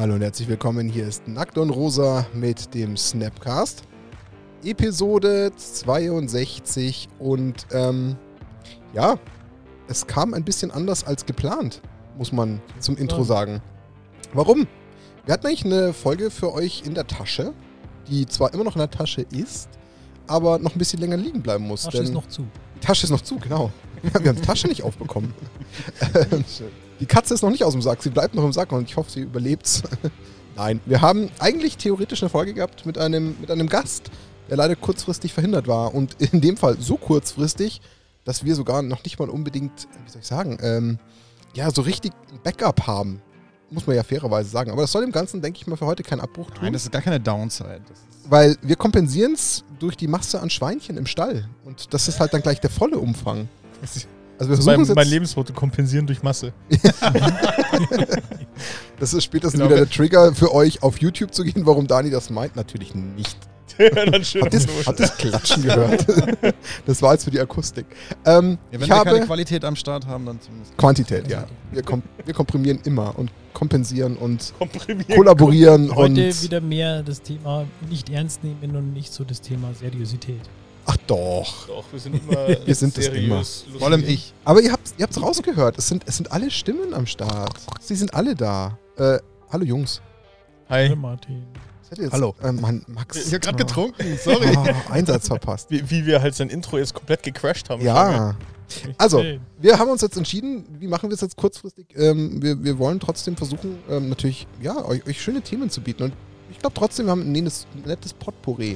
Hallo und herzlich willkommen, hier ist Nackt und Rosa mit dem Snapcast. Episode 62 und ja, es kam ein bisschen anders als geplant, muss man zum Intro sagen. Warum? Wir hatten eigentlich eine Folge für euch in der Tasche, die zwar immer noch in der Tasche ist, aber noch ein bisschen länger liegen bleiben muss. Die Tasche ist noch zu. Die Tasche ist noch zu, genau. Wir haben die Tasche nicht aufbekommen. Die Katze ist noch nicht aus dem Sack, sie bleibt noch im Sack und ich hoffe, sie überlebt's. Nein, wir haben eigentlich theoretisch eine Folge gehabt mit einem Gast, der leider kurzfristig verhindert war. Und in dem Fall so kurzfristig, dass wir sogar noch nicht mal unbedingt, wie soll ich sagen, so richtig ein Backup haben. Muss man ja fairerweise sagen. Aber das soll dem Ganzen, denke ich mal, für heute keinen Abbruch tun. Nein, das ist gar keine Downside. Weil wir kompensieren es durch die Masse an Schweinchen im Stall. Und das ist halt dann gleich der volle Umfang. Also wir versuchen mein Lebensmotto, kompensieren durch Masse. Das ist spätestens wieder der Trigger für euch, auf YouTube zu gehen, warum Dani das meint. Natürlich nicht. Habt das Klatschen gehört? Das war jetzt für die Akustik. Wenn wir keine Qualität am Start haben, dann zumindest Quantität, ja. Wir komprimieren immer und kompensieren und kollaborieren. Heute wieder mehr das Thema nicht ernst nehmen und nicht so das Thema Seriosität. Ach doch. Doch, wir sind immer wir sind seriös. Vor allem ich. Aber ihr habt's rausgehört. Es sind alle Stimmen am Start. Sie sind alle da. Hallo Jungs. Hi. Hallo Martin. Hallo. Mann, Max. Ich hab gerade getrunken, sorry. Einsatz verpasst. Wie wir halt sein Intro jetzt komplett gecrashed haben. Ja. Also, wir haben uns jetzt entschieden, wie machen wir es jetzt kurzfristig? Wir wollen trotzdem versuchen, natürlich, ja, euch schöne Themen zu bieten. Und ich glaube trotzdem, wir haben ein nettes Potpourri.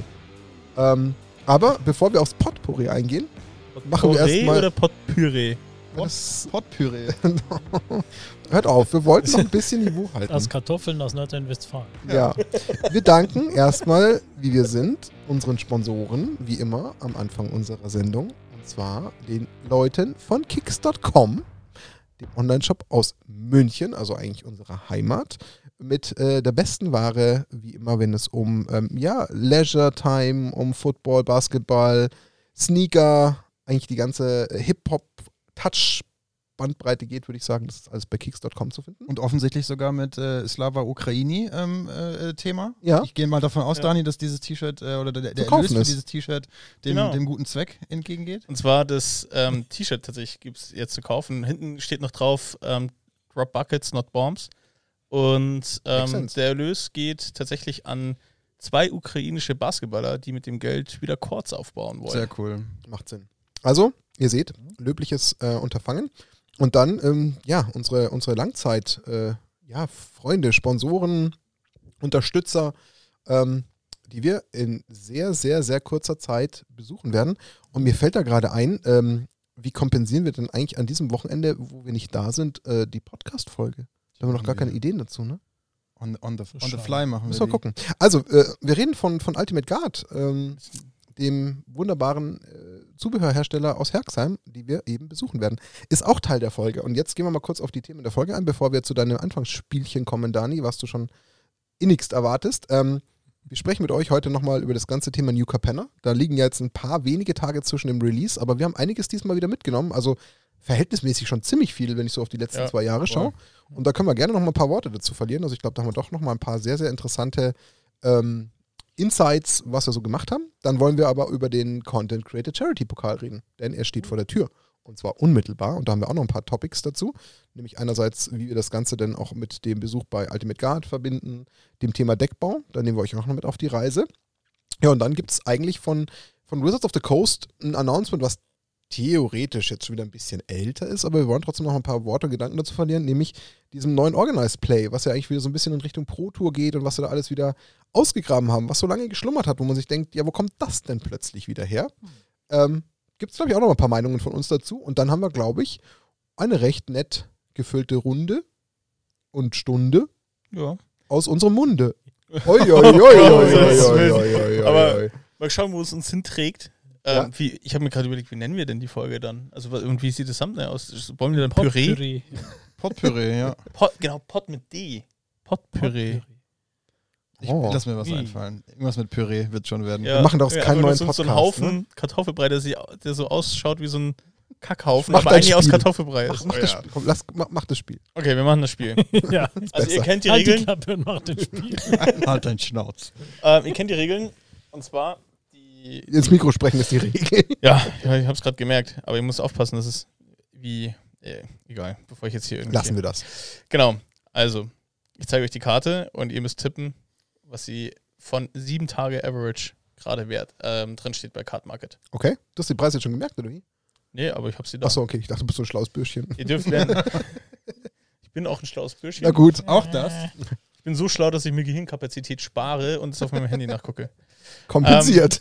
Aber bevor wir aufs Potpourri eingehen, machen wir erstmal... oder Potpüree? Potpüree. Hört auf, wir wollten noch ein bisschen Niveau halten. Aus Kartoffeln aus Nordrhein-Westfalen. Ja. Wir danken erstmal, wie wir sind, unseren Sponsoren, wie immer, am Anfang unserer Sendung. Und zwar den Leuten von Kicks.com, dem Online-Shop aus München, also eigentlich unserer Heimat, mit der besten Ware, wie immer, wenn es um Leisure Time, um Football, Basketball, Sneaker, eigentlich die ganze Hip-Hop-Touch-Bandbreite geht, würde ich sagen. Das ist alles bei Kicks.com zu finden. Und offensichtlich sogar mit Slava Ukraini Thema. Ja. Ich gehe mal davon aus, Dani, dass dieses T-Shirt oder der Erlös für dieses T-Shirt dem guten Zweck entgegengeht. Und zwar das T-Shirt tatsächlich gibt es jetzt zu kaufen. Hinten steht noch drauf Drop Buckets, not Bombs. Und der Erlös geht tatsächlich an 2 ukrainische Basketballer, die mit dem Geld wieder Courts aufbauen wollen. Sehr cool. Macht Sinn. Also, ihr seht, löbliches Unterfangen. Und dann, unsere Langzeit, Freunde, Sponsoren, Unterstützer, die wir in sehr, sehr, sehr kurzer Zeit besuchen werden. Und mir fällt da gerade ein, wie kompensieren wir denn eigentlich an diesem Wochenende, wo wir nicht da sind, die Podcast-Folge? Da haben wir noch gar keine Ideen dazu, ne? On the fly machen wir. Müssen wir gucken. Also, wir reden von Ultimate Guard, dem wunderbaren Zubehörhersteller aus Herxheim, die wir eben besuchen werden. Ist auch Teil der Folge. Und jetzt gehen wir mal kurz auf die Themen der Folge ein, bevor wir zu deinem Anfangsspielchen kommen, Dani, was du schon innigst erwartest. Wir sprechen mit euch heute nochmal über das ganze Thema New Capenna. Da liegen ja jetzt ein paar wenige Tage zwischen dem Release, aber wir haben einiges diesmal wieder mitgenommen. Also verhältnismäßig schon ziemlich viel, wenn ich so auf die letzten 2 Jahre schaue. Und da können wir gerne noch mal ein paar Worte dazu verlieren. Also ich glaube, da haben wir doch noch mal ein paar sehr, sehr interessante Insights, was wir so gemacht haben. Dann wollen wir aber über den Content Creator Charity Pokal reden, denn er steht vor der Tür. Und zwar unmittelbar. Und da haben wir auch noch ein paar Topics dazu. Nämlich einerseits, wie wir das Ganze denn auch mit dem Besuch bei Ultimate Guard verbinden, dem Thema Deckbau. Da nehmen wir euch auch noch mit auf die Reise. Ja, und dann gibt es eigentlich von Wizards of the Coast ein Announcement, was theoretisch jetzt schon wieder ein bisschen älter ist, aber wir wollen trotzdem noch ein paar Worte und Gedanken dazu verlieren, nämlich diesem neuen Organized Play, was ja eigentlich wieder so ein bisschen in Richtung Pro Tour geht und was wir da alles wieder ausgegraben haben, was so lange geschlummert hat, wo man sich denkt, ja, wo kommt das denn plötzlich wieder her? Gibt es, glaube ich, auch noch ein paar Meinungen von uns dazu und dann haben wir, glaube ich, eine recht nett gefüllte Runde und Stunde aus unserem Munde. Aber mal schauen, wo es uns hinträgt. Ich habe mir gerade überlegt, wie nennen wir denn die Folge dann? Also wie sieht das Thumbnail aus? Wollen wir dann Püree? Potpüree, ja. Pot mit D. Potpüree. Ich lass mir was einfallen. Irgendwas mit Püree wird schon werden. Wir machen daraus keinen neuen Podcast. So ein Haufen Kartoffelbrei, der so ausschaut wie so ein Kackhaufen, aber eigentlich aus Kartoffelbrei ist. Mach das Spiel. Okay, wir machen das Spiel. Ja. Also ihr kennt die Regeln. Halt die Klappe und mach das Spiel. Halt dein Schnauz. Ihr kennt die Regeln. Und zwar ins Mikro sprechen ist die Regel. Ja, ich hab's gerade gemerkt. Aber ihr müsst aufpassen, das ist wie... egal, bevor ich jetzt hier irgendwie... Lassen wir das. Genau. Also, ich zeige euch die Karte und ihr müsst tippen, was sie von 7 Tage Average gerade wert drin steht bei Card Market. Okay. Du hast die Preise jetzt schon gemerkt, oder wie? Nee, aber ich hab sie da. Achso, okay. Ich dachte, du bist so ein schlaues Bürschchen. Ihr dürft werden... Ich bin auch ein schlaues Bürschchen. Na gut. Auch das. Ich bin so schlau, dass ich mir Gehirnkapazität spare und es auf meinem Handy nachgucke. Kompensiert.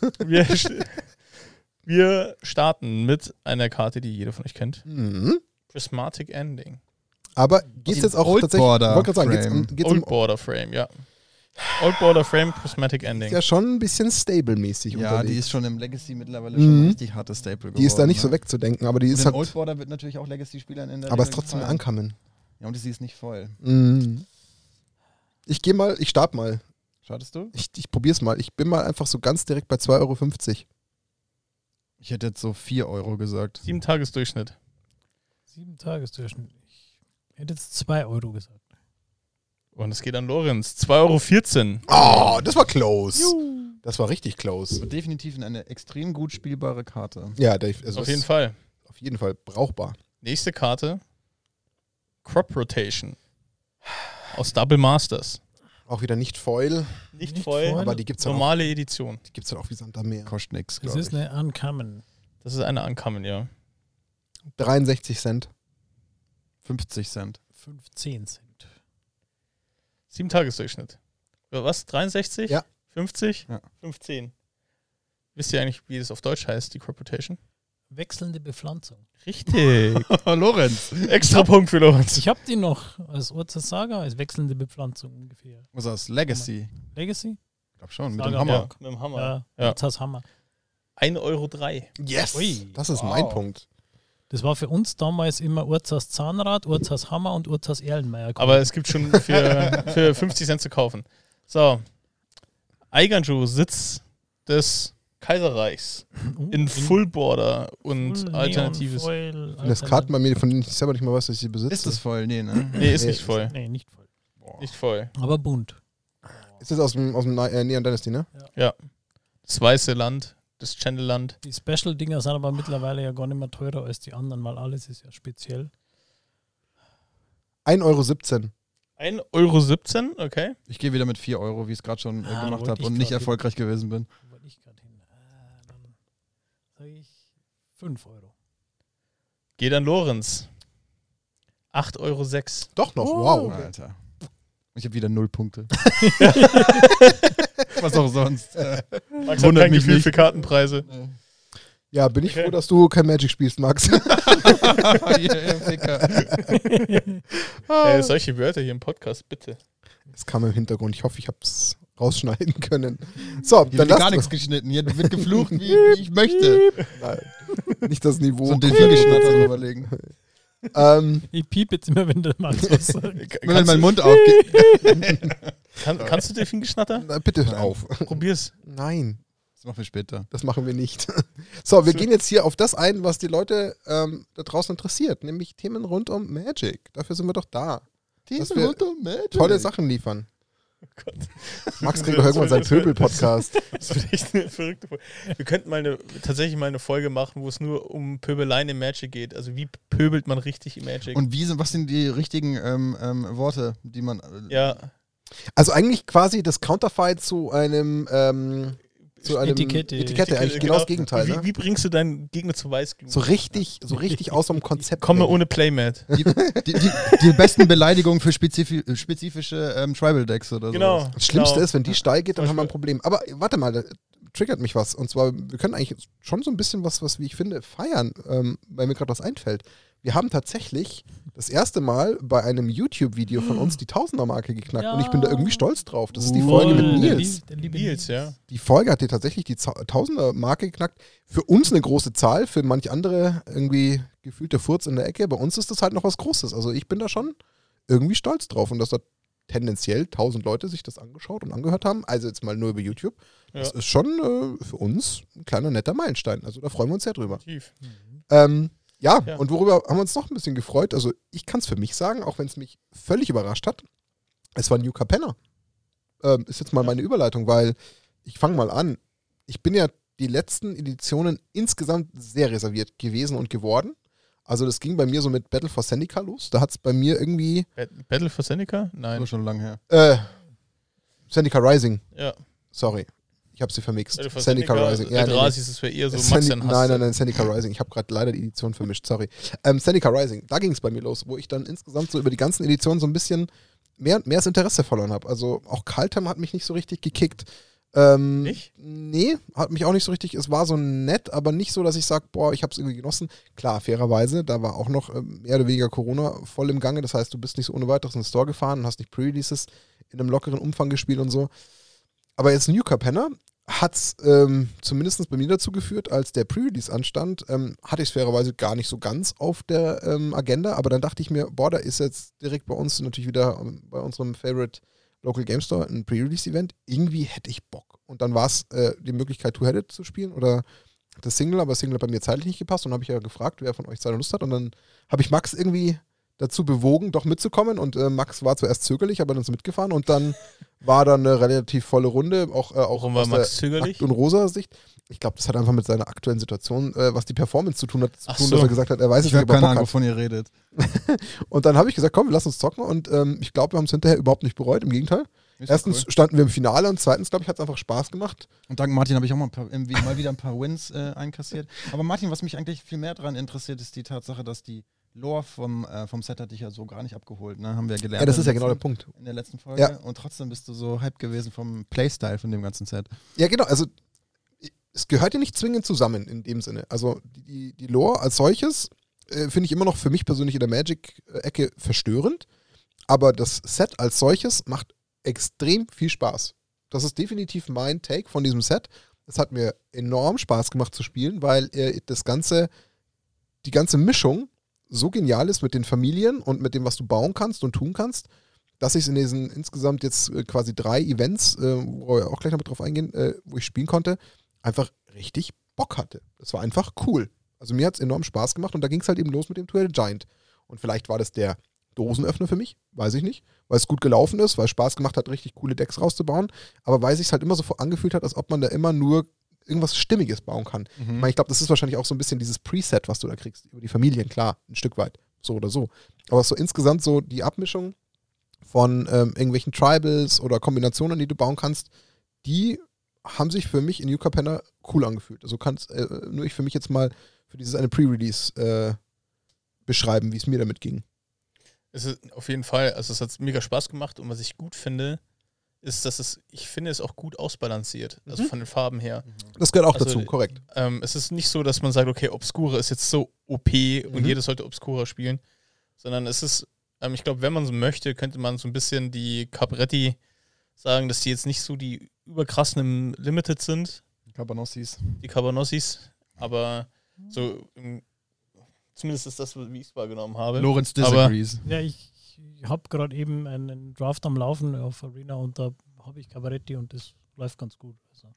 Wir starten mit einer Karte, die jeder von euch kennt. Mhm. Prismatic Ending. Aber geht es jetzt auch tatsächlich... Old Border Frame, ja. Old Border Frame, Prismatic Ending. Ist ja schon ein bisschen Stable-mäßig unterwegs. Die ist schon im Legacy mittlerweile schon ein richtig hartes Staple geworden. Die ist da nicht so wegzudenken, aber die ist halt... Old Border wird natürlich auch Legacy-Spielern in der aber es ist trotzdem ankommen. Ja, und sie ist nicht voll. Mhm. Ich starte mal. Startest du? Ich probier's mal. Ich bin mal einfach so ganz direkt bei 2,50 €. Ich hätte jetzt so 4 € gesagt. 7 Tagesdurchschnitt. 7 Tagesdurchschnitt. Ich hätte jetzt 2 € gesagt. Und es geht an Lorenz. 2,14 €. Oh, das war close. Juhu. Das war richtig close. Aber definitiv eine extrem gut spielbare Karte. Ja, also auf jeden Fall. Auf jeden Fall brauchbar. Nächste Karte. Crop Rotation. Aus Double Masters. Auch wieder nicht Foil. Nicht Foil, aber die gibt's normale Edition. Die gibt's halt auch wie Sand am Meer. Kostet nix, Das ist eine Uncommon. Das ist eine Uncommon, ja. 63 Cent. 50 Cent. 15 Cent. 7 Tagesdurchschnitt. Was? 63? Ja. 50? Ja. 15. Wisst ihr eigentlich, wie das auf Deutsch heißt, die Crop Rotation? Wechselnde Bepflanzung. Richtig. Lorenz. Extra Punkt für Lorenz. Ich habe die noch als Urzas Saga, als wechselnde Bepflanzung ungefähr. Was ist das? Legacy? Legacy? Ich glaube schon, mit Saga dem Hammer. Ja, mit dem Hammer. Ja. Urzas Hammer. 1,03 €. Yes! Ui. Das ist mein Punkt. Das war für uns damals immer Urzas Zahnrad, Urzas Hammer und Urzas Erlenmeyer. Aber es gibt schon für 50 Cent zu kaufen. So. Eiganjo, Sitz des Kaiserreichs in Full Border und Full Alternatives. Das Karten bei mir, von denen ich selber nicht mal weiß, dass ich sie besitze. Ist das voll? Nee, ne? Nee, ist nicht voll. Nee, nicht voll. Nicht voll. Aber bunt. Ist das aus dem Neon Dynasty, ne? Ja. Das weiße Land, das Channel-Land. Die Special-Dinger sind aber mittlerweile ja gar nicht mehr teurer als die anderen, weil alles ist ja speziell. 1,17 €. 1,17 €, okay. Ich gehe wieder mit 4 €, wie ich es gerade schon gemacht habe und nicht erfolgreich gewesen bin. Wollte ich gerade hin. Dann sage ich 5 €. Geht an Lorenz. 8,06 €. Doch noch, wow. Alter. Ich habe wieder 0 Punkte. Was auch sonst. Max hat kein Gefühl für Kartenpreise. Ja, bin ich froh, dass du kein Magic spielst, Max. Solche Wörter hier im Podcast, bitte. Das kam im Hintergrund. Ich hoffe, ich habe es rausschneiden können. So, hier dann wird gar nichts geschnitten. Hier wird geflucht, wie ich möchte. Nein, nicht das Niveau. So ein Delfin-Geschnatter überlegen. Ich piep jetzt immer, wenn der Max was sagt. Wenn mein Mund aufgeht. Kannst du Delfin-Geschnatter? Na, bitte hör auf. Probier's. Nein. Das machen wir später. Das machen wir nicht. So, wir gehen jetzt hier auf das ein, was die Leute da draußen interessiert, nämlich Themen rund um Magic. Dafür sind wir doch da. Themen rund um Magic. Tolle Sachen liefern. Oh Gott. Max kriegt doch irgendwann seinen Pöbel-Podcast. Das wird echt eine verrückte Folge. Wir könnten tatsächlich mal eine Folge machen, wo es nur um Pöbeleien im Magic geht. Also wie pöbelt man richtig im Magic? Und was sind die richtigen Worte, die man... ja. Also eigentlich quasi das Counterfight zu einem... Etikette eigentlich genau das Gegenteil. Wie bringst du deinen Gegner zu Weißglut? So richtig aus dem Konzept. Komme ohne Playmat. Die besten Beleidigungen für spezifische Tribal-Decks oder so. Genau. Das Schlimmste ist, wenn die steil geht, dann haben wir ein Problem. Aber warte mal, da triggert mich was. Und zwar, wir können eigentlich schon so ein bisschen was wie ich finde, feiern, weil mir gerade was einfällt. Wir haben tatsächlich das erste Mal bei einem YouTube-Video von uns die Tausender-Marke geknackt. Ja. Und ich bin da irgendwie stolz drauf. Das ist die Folge mit Nils. Der liebe Nils, ja. Die Folge hat hier tatsächlich die Tausender-Marke geknackt. Für uns eine große Zahl, für manche andere irgendwie gefühlte Furz in der Ecke. Bei uns ist das halt noch was Großes. Also ich bin da schon irgendwie stolz drauf. Und dass da tendenziell 1000 Leute sich das angeschaut und angehört haben. Also jetzt mal nur über YouTube. Ja. Das ist schon für uns ein kleiner netter Meilenstein. Also da freuen wir uns sehr drüber. Ja, und worüber haben wir uns noch ein bisschen gefreut? Also ich kann es für mich sagen, auch wenn es mich völlig überrascht hat, es war New Capenna. Ist jetzt mal meine Überleitung, weil ich fange mal an. Ich bin ja die letzten Editionen insgesamt sehr reserviert gewesen und geworden. Also das ging bei mir so mit Battle for Zendikar los. Da hat es bei mir irgendwie... Battle for Zendikar? Nein. Das war schon lange her. Zendikar Rising. Ja. Sorry. Ich habe sie vermixt. Zendikar Rising. Ja, das wäre eher so Nein, Zendikar Rising. Ich habe gerade leider die Edition vermischt, sorry. Zendikar Rising, da ging es bei mir los, wo ich dann insgesamt so über die ganzen Editionen so ein bisschen mehr das Interesse verloren habe. Also auch Kaldheim hat mich nicht so richtig gekickt. Nicht? Nee, hat mich auch nicht so richtig. Es war so nett, aber nicht so, dass ich sage, boah, ich habe es irgendwie genossen. Klar, fairerweise, da war auch noch mehr oder weniger Corona voll im Gange. Das heißt, du bist nicht so ohne weiteres in den Store gefahren und hast nicht Pre-Releases in einem lockeren Umfang gespielt und so. Aber jetzt New Capenna hat es zumindest bei mir dazu geführt, als der Pre-Release anstand, hatte ich es fairerweise gar nicht so ganz auf der Agenda, aber dann dachte ich mir, boah, da ist jetzt direkt bei uns natürlich wieder bei unserem Favorite Local Game Store ein Pre-Release-Event. Irgendwie hätte ich Bock. Und dann war es die Möglichkeit, Two-Headed zu spielen oder das Single, aber das Single hat bei mir zeitlich nicht gepasst und habe ich ja gefragt, wer von euch Zeit und Lust hat und dann habe ich Max irgendwie dazu bewogen, doch mitzukommen und Max war zuerst zögerlich, aber dann ist mitgefahren und dann war dann eine relativ volle Runde, auch Warum aus war Max der zögerlich? Akt- und Rosa-Sicht. Ich glaube, das hat einfach mit seiner aktuellen Situation, was die Performance zu tun hat, Ach dass so. er gesagt hat, er weiß Ich nicht, habe keine Ahnung, wovon ihr redet. Und dann habe ich gesagt, komm, wir lassen uns zocken und ich glaube, wir haben es hinterher überhaupt nicht bereut, im Gegenteil. Erstens standen wir im Finale und zweitens, glaube ich, hat es einfach Spaß gemacht. Und dank Martin habe ich auch mal wieder ein paar Wins einkassiert. Aber Martin, was mich eigentlich viel mehr daran interessiert, ist die Tatsache, dass die Lore vom Set hat dich ja so gar nicht abgeholt, ne? Haben wir gelernt. Ja, das ist ja genau der Punkt. In der letzten Folge. Ja. Und trotzdem bist du so hyped gewesen vom Playstyle von dem ganzen Set. Ja, genau, also es gehört ja nicht zwingend zusammen in dem Sinne. Also die Lore als solches finde ich immer noch für mich persönlich in der Magic-Ecke verstörend, aber das Set als solches macht extrem viel Spaß. Das ist definitiv mein Take von diesem Set. Es hat mir enorm Spaß gemacht zu spielen, weil die ganze Mischung so genial ist mit den Familien und mit dem, was du bauen kannst und tun kannst, dass ich es in diesen insgesamt jetzt quasi 3 Events, wo wir auch gleich noch mit drauf eingehen, wo ich spielen konnte, einfach richtig Bock hatte. Das war einfach cool. Also mir hat es enorm Spaß gemacht und da ging es halt eben los mit dem Two-Headed Giant. Und vielleicht war das der Dosenöffner für mich, weiß ich nicht, weil es gut gelaufen ist, weil es Spaß gemacht hat, richtig coole Decks rauszubauen, aber weil es sich halt immer so angefühlt hat, als ob man da immer nur irgendwas Stimmiges bauen kann. Ich glaube, das ist wahrscheinlich auch so ein bisschen dieses Preset, was du da kriegst, über die Familien, klar, ein Stück weit, so oder so. Aber so insgesamt so die Abmischung von irgendwelchen Tribals oder Kombinationen, die du bauen kannst, die haben sich für mich in New Capenna cool angefühlt. Also kannst nur ich für mich jetzt mal für dieses eine Pre-Release beschreiben, wie es mir damit ging. Es ist auf jeden Fall, also es hat mega Spaß gemacht und was ich gut finde, ist, dass ich finde es auch gut ausbalanciert, also von den Farben her. Das gehört auch dazu, korrekt. Es ist nicht so, dass man sagt, okay, Obscura ist jetzt so OP und jeder sollte Obscura spielen, sondern es ist, ich glaube, wenn man so möchte, könnte man so ein bisschen die Capretti sagen, dass die jetzt nicht so die überkrassen im Limited sind. Die Cabanossis, aber so zumindest ist das, wie ich es wahrgenommen habe. Lorenz disagrees. Ja, ich habe gerade eben einen Draft am Laufen auf Arena und da habe ich Cabaretti und das läuft ganz gut. Also.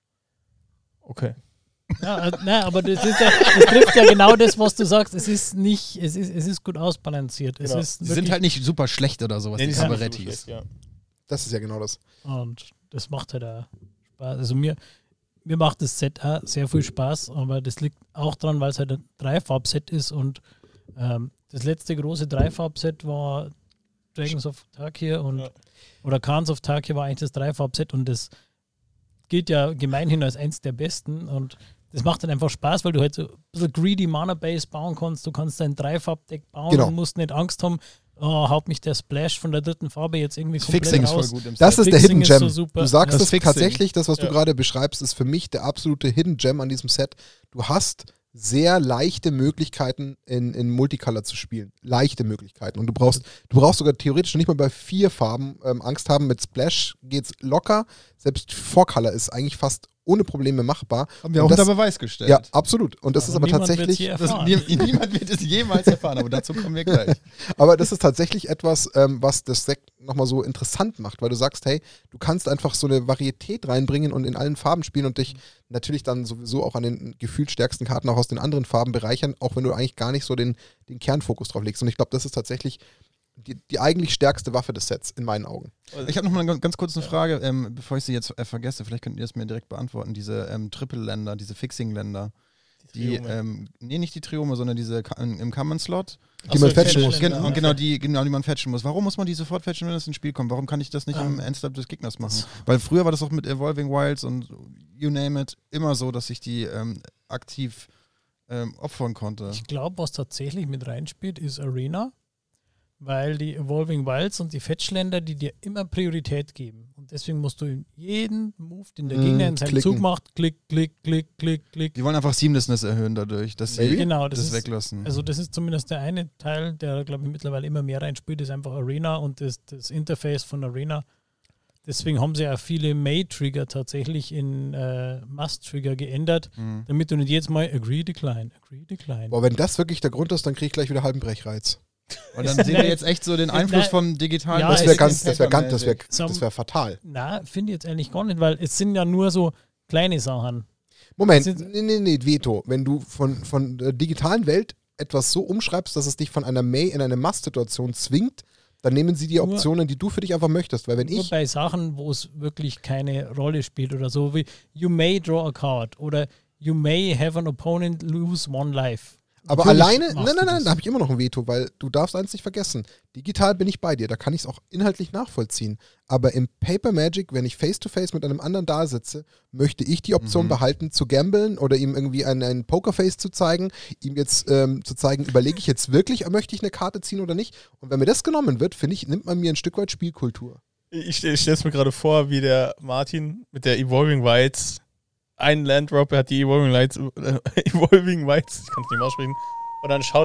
Okay. Ja, nein, aber das trifft ja genau das, was du sagst. Es ist gut ausbalanciert. Genau. Die sind halt nicht super schlecht oder sowas, die Cabarettis. Ja. Das ist ja genau das. Und das macht halt auch Spaß. Also mir macht das Set auch sehr viel Spaß, aber das liegt auch daran, weil es halt ein 3-Farb-Set ist und das letzte große 3-Farb-Set war Dragons of Tarkir oder Khans of Tarkir war eigentlich das 3-Farb-Set und das gilt ja gemeinhin als eins der besten und das macht dann einfach Spaß, weil du halt so ein bisschen greedy Mana-Base bauen kannst. Du kannst dein 3-Farb-Deck bauen und musst nicht Angst haben, haut mich der Splash von der 3. Farbe jetzt irgendwie komplett Fixing raus. ist voll gut im Set. Das ist der Hidden Gem. So du sagst das es tatsächlich, das, was du gerade beschreibst, ist für mich der absolute Hidden Gem an diesem Set. Du hast sehr leichte Möglichkeiten in Multicolor zu spielen. Leichte Möglichkeiten. Und du brauchst sogar theoretisch nicht mal bei 4 Farben Angst haben. Mit Splash geht's locker. Selbst 4-Color ist eigentlich fast ohne Probleme machbar. Haben wir auch unter Beweis gestellt. Ja, absolut. Und das ist aber tatsächlich... Niemand wird es jemals erfahren, aber dazu kommen wir gleich. Aber das ist tatsächlich etwas, was das Deck nochmal so interessant macht, weil du sagst, hey, du kannst einfach so eine Varietät reinbringen und in allen Farben spielen und dich natürlich dann sowieso auch an den gefühlt stärksten Karten auch aus den anderen Farben bereichern, auch wenn du eigentlich gar nicht so den Kernfokus drauf legst. Und ich glaube, das ist tatsächlich die eigentlich stärkste Waffe des Sets, in meinen Augen. Ich habe noch mal eine ganz kurze Frage, bevor ich sie jetzt vergesse, vielleicht könnt ihr es mir direkt beantworten. Diese Triple-Länder, diese Fixing-Länder, nicht die Triome, sondern diese im Common-Slot. Die man fetchen muss. Genau, die man fetchen muss. Warum muss man die sofort fetchen, wenn das ins Spiel kommt? Warum kann ich das nicht im Endstep des Gegners machen? Weil früher war das auch mit Evolving Wilds und you name it immer so, dass ich die aktiv opfern konnte. Ich glaube, was tatsächlich mit reinspielt, ist Arena. Weil die Evolving Wilds und die Fetchländer, die dir immer Priorität geben. Und deswegen musst du in jeden Move, den der Gegner in seinem Zug macht, klick. Die wollen einfach Seamlessness erhöhen dadurch, dass sie das weglassen. Also das ist zumindest der eine Teil, der, glaube ich, mittlerweile immer mehr reinspielt, ist einfach Arena und das Interface von Arena. Deswegen haben sie ja viele May-Trigger tatsächlich in Must-Trigger geändert, damit du nicht jedes Mal Agree, Decline. Boah, wenn das wirklich der Grund ist, dann kriege ich gleich wieder halben Brechreiz. Und dann sehen wir jetzt echt so den Einfluss vom digitalen. Ja, das wäre fatal. Na, finde ich jetzt eigentlich gar nicht, weil es sind ja nur so kleine Sachen. Moment, nee, Veto. Wenn du von der digitalen Welt etwas so umschreibst, dass es dich von einer May in eine Must-Situation zwingt, dann nehmen sie die Optionen, die du für dich einfach möchtest. Weil wenn nur bei Sachen, wo es wirklich keine Rolle spielt oder so, wie you may draw a card oder you may have an opponent lose one life. Aber alleine, nein, da habe ich immer noch ein Veto, weil du darfst eins nicht vergessen. Digital bin ich bei dir, da kann ich es auch inhaltlich nachvollziehen. Aber im Paper Magic, wenn ich face-to-face mit einem anderen da sitze, möchte ich die Option behalten, zu gamblen oder ihm irgendwie ein Pokerface zu zeigen, ihm jetzt zu zeigen, überlege ich jetzt wirklich, möchte ich eine Karte ziehen oder nicht. Und wenn mir das genommen wird, finde ich, nimmt man mir ein Stück weit Spielkultur. Ich stelle es mir gerade vor, wie der Martin mit der Evolving Wilds einen Landdrop, er hat die Evolving Wilds, ich kann es nicht mehr aussprechen, und dann schaut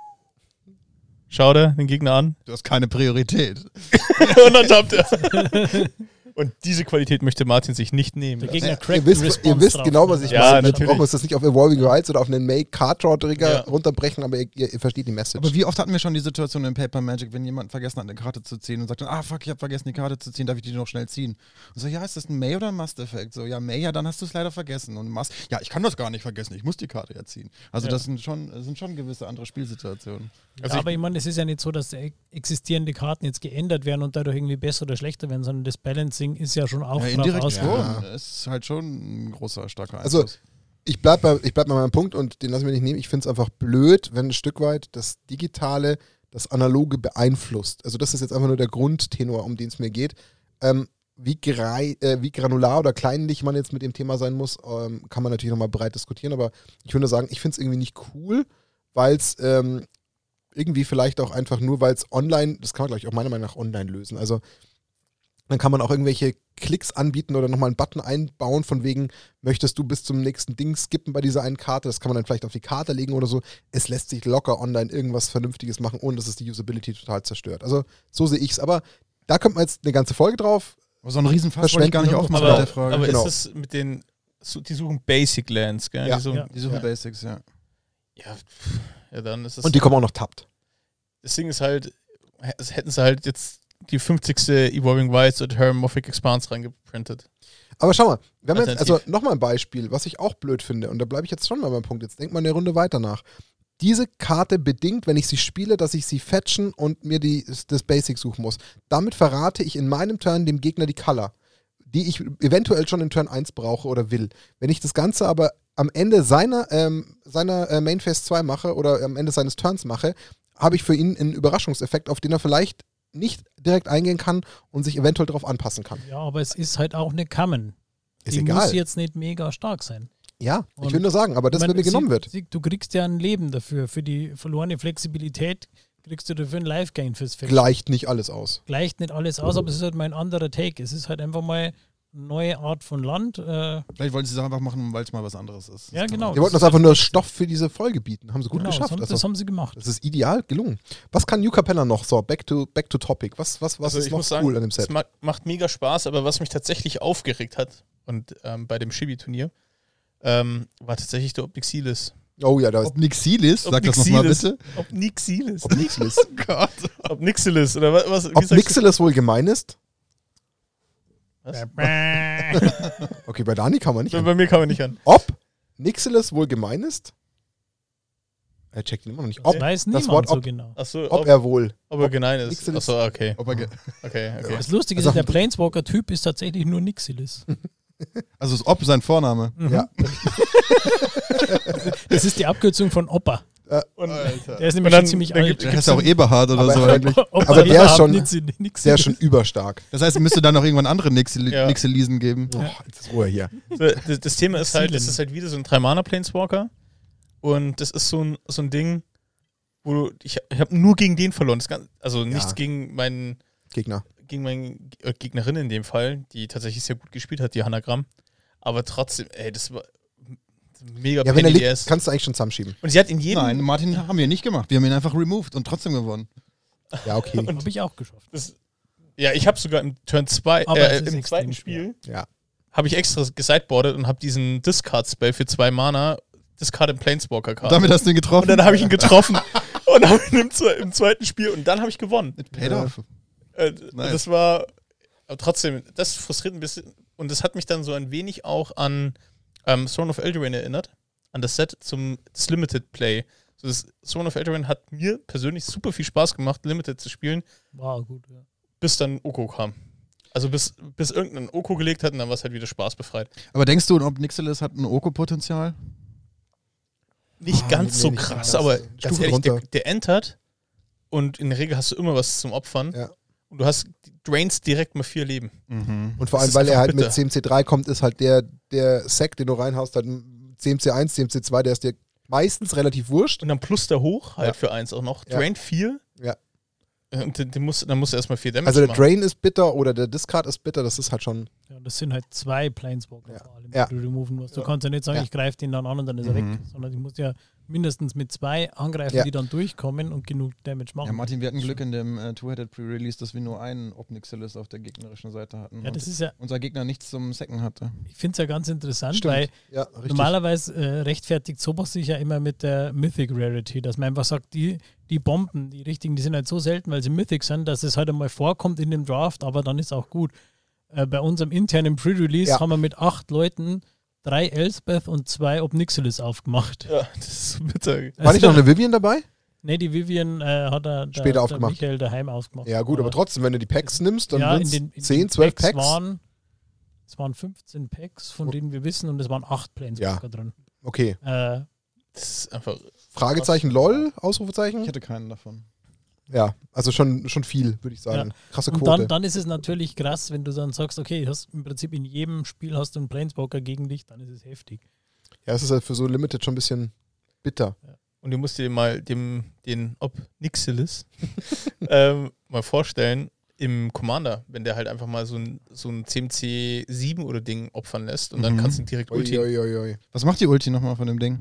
er den Gegner an. Du hast keine Priorität. Und dann tappt er. Und diese Qualität möchte Martin sich nicht nehmen. Der Gegner ihr wisst genau, was ich meine. Natürlich. Wir brauchen das nicht auf Evolving Wilds oder auf einen Make-Card-Draw-Trigger runterbrechen, aber ihr versteht die Message. Aber wie oft hatten wir schon die Situation in Paper Magic, wenn jemand vergessen hat, eine Karte zu ziehen und sagt dann, fuck, ich habe vergessen, die Karte zu ziehen, darf ich die noch schnell ziehen? Und so, ja, ist das ein May oder ein Must-Effekt? So, ja, May, ja, dann hast du es leider vergessen. Und Must, ja, ich kann das gar nicht vergessen, ich muss die Karte ja ziehen. Also das sind schon gewisse andere Spielsituationen. Also aber ich meine, es ist ja nicht so, dass existierende Karten jetzt geändert werden und dadurch irgendwie besser oder schlechter werden, sondern das Balancing ist ja schon auch indirekt schon. Es ist halt schon ein großer, starker Einfluss. Also ich bleib bei meinem Punkt und den lassen wir nicht nehmen. Ich finde es einfach blöd, wenn ein Stück weit das Digitale das Analoge beeinflusst. Also das ist jetzt einfach nur der Grundtenor, um den es mir geht. Wie granular oder kleinlich man jetzt mit dem Thema sein muss, kann man natürlich nochmal breit diskutieren, aber ich würde sagen, ich finde es irgendwie nicht cool, weil es irgendwie vielleicht auch einfach nur, weil es online, das kann man glaube ich auch meiner Meinung nach online lösen. Also dann kann man auch irgendwelche Klicks anbieten oder nochmal einen Button einbauen, von wegen, möchtest du bis zum nächsten Ding skippen bei dieser einen Karte, das kann man dann vielleicht auf die Karte legen oder so. Es lässt sich locker online irgendwas Vernünftiges machen, ohne dass es die Usability total zerstört. Also so sehe ich es, aber da kommt man jetzt eine ganze Folge drauf. Aber so ein Riesenfass wollte ich gar nicht aufmachen mit der Frage. Aber genau. Ist es mit den, die suchen Basic Lands, gell? Ja. Die suchen Basics, ja. Ja, dann ist es. Und die kommen auch noch tappt. Das Ding ist halt, hätten sie halt jetzt die 50. Evolving Wilds und Hermorphic Expanse reingeprintet. Aber schau mal, wir haben jetzt also nochmal ein Beispiel, was ich auch blöd finde, und da bleibe ich jetzt schon mal beim Punkt, jetzt denkt man eine Runde weiter nach. Diese Karte bedingt, wenn ich sie spiele, dass ich sie fetchen und mir das Basic suchen muss. Damit verrate ich in meinem Turn dem Gegner die Color, die ich eventuell schon in Turn 1 brauche oder will. Wenn ich das Ganze aber am Ende seiner Main Phase 2 mache oder am Ende seines Turns mache, habe ich für ihn einen Überraschungseffekt, auf den er vielleicht nicht direkt eingehen kann und sich eventuell darauf anpassen kann. Ja, aber es ist halt auch eine Common. Ist die egal. Muss jetzt nicht mega stark sein. Ja, ich will nur sagen, aber das, wenn mir genommen wird. Du kriegst ja ein Leben dafür. Für die verlorene Flexibilität kriegst du dafür ein Life-Gain fürs Feld. Gleicht nicht alles aus. Gleicht nicht alles aus, aber es ist halt mal ein anderer Take. Es ist halt einfach mal neue Art von Land. Vielleicht wollten sie es einfach machen, weil es mal was anderes ist. Ja, genau. Die wollten uns einfach nur Stoff für diese Folge bieten. Haben sie gut Genau, geschafft. das haben sie gemacht. Das ist ideal gelungen. Was kann New Capella noch? So, back to topic. Was Also ist ich noch muss sagen, cool an dem Set? es macht mega Spaß, aber was mich tatsächlich aufgeregt hat und bei dem Chibi-Turnier war tatsächlich der Obnixilis. Oh ja, da ist Ob Nixilis? Sag das nochmal bitte. Obnixilis. Obnixilis. Oh Gott. Obnixilis oder was? Ob Nixilis wohl gemein ist? Was? Okay, bei Dani kann man nicht. Bei mir kann man nicht an. Ob Nixilis wohl gemein ist? Er checkt ihn immer noch nicht. Das Ob, weiß das niemand Wort so ob, genau. Achso, ob er wohl. ob er genein ist. Nixilis- Achso, okay. Ob er Okay. Das Lustige ist, Also- der Planeswalker-Typ ist tatsächlich nur Nixilis. also ist Ob sein Vorname. Ja. Das ist die Abkürzung von Opa. Und Alter. Der ist nämlich Und schon ziemlich dann alt. Der heißt ja auch Eberhard oder Aber- so eigentlich. Opa aber der ist Eberhard schon- Nixilis. Der ist schon überstark. Das heißt, es müsste dann noch irgendwann andere Ja. Nixelisen geben. Oh, jetzt ist Ruhe hier. das Thema ist halt, Zielen. es ist halt wieder so ein 3-Mana-Planeswalker. Und das ist so ein Ding, wo ich habe nur gegen den verloren. Also nichts gegen meinen Gegner. Gegnerin in dem Fall, die tatsächlich sehr gut gespielt hat, die Hanagramm. Aber trotzdem, das war mega Ja, wenn er pain in the liegt, ass. kannst du eigentlich schon zusammenschieben. Und sie hat in jedem... Nein, Martin haben wir nicht gemacht. Wir haben ihn einfach removed und trotzdem gewonnen. Ja, okay. Habe ich auch geschafft. Ja, ich habe sogar im Turn 2, Aber es ist im extrem zweiten schwer. Spiel, Ja. habe ich extra gesideboardet und habe diesen Discard-Spell für 2 Mana, Discard im Planeswalker-Card. Damit hast du ihn Und getroffen. dann habe ich ihn getroffen und habe ihn im zweiten Spiel und dann habe ich gewonnen. It paid off. Nice. Das war aber trotzdem, das frustriert ein bisschen und das hat mich dann so ein wenig auch an Throne of Eldraine erinnert, an das Set das Limited Play. So das Throne of Eldraine hat mir persönlich super viel Spaß gemacht, Limited zu spielen, War gut, ja. bis dann Oko kam. Also bis irgendein Oko gelegt hat und dann war es halt wieder Spaß befreit. Aber denkst du, ob Nixilis hat ein Oko-Potenzial? Nicht ganz nee, so nicht krass, ganz. aber Stufe ganz ehrlich, runter. der entert und in der Regel hast du immer was zum Opfern Ja. und du drains direkt mal 4 Leben. Und vor Das allem, ist weil er einfach halt mit bitter. CMC3 kommt, ist halt der Sack, den du reinhaust, halt CMC1, CMC2, der ist dir meistens relativ wurscht. Und dann plus der hoch, halt Ja. für 1 auch noch. Ja. Drain 4. Ja. Und dann musst du erstmal 4 Damage Also der machen. Drain ist bitter oder der Discard ist bitter, das ist halt schon. Ja, das sind halt 2 Planeswalker Ja. vor allem, Ja. die du removen musst. Du kannst ja nicht sagen, Ja. ich greife den dann an und dann ist er weg, sondern ich muss ja mindestens mit 2 angreifen, Ja. die dann durchkommen und genug Damage machen. Ja, Martin, wir hatten Glück in dem Two-Headed Pre-Release, dass wir nur einen Ob-Nixilis auf der gegnerischen Seite hatten. Ja, und das ist ja, unser Gegner nichts zum Sacken hatte. ich finde es ja ganz interessant, Stimmt. weil Ja, richtig. normalerweise rechtfertigt sowas sich ja immer mit der Mythic Rarity, dass man einfach sagt, die Bomben, die richtigen, die sind halt so selten, weil sie Mythic sind, dass es halt einmal vorkommt in dem Draft, aber dann ist auch gut. Bei unserem internen Pre-Release Ja. haben wir mit 8 Leuten 3 Elspeth und 2 Obnixilis aufgemacht. Ja, das ist so bitter. War nicht noch eine Vivian dabei? Ne, die Vivian hat der Später aufgemacht. Michael daheim aufgemacht. Ja, gut, aber trotzdem, wenn du die Packs nimmst, dann ja, sind in 10, 12 Packs. Es waren 15 Packs, von denen wir wissen, und es waren 8 Planeswalker drin. Okay. Äh, Das ist einfach. Fragezeichen LOL, Ausrufezeichen? Ich hatte keinen davon. Ja, also schon viel, würde ich sagen. Krasse und Quote. dann ist es natürlich krass, wenn du dann sagst, okay, du hast im Prinzip in jedem Spiel hast du einen Planeswalker gegen dich, dann ist es heftig. Ja, es ist halt für so Limited schon ein bisschen bitter. Und du musst dir mal den Obnixilis mal vorstellen im Commander, wenn der halt einfach mal so ein CMC 7 oder Ding opfern lässt und dann kannst du ihn direkt ulti. Ui. Was macht die Ulti nochmal von dem Ding?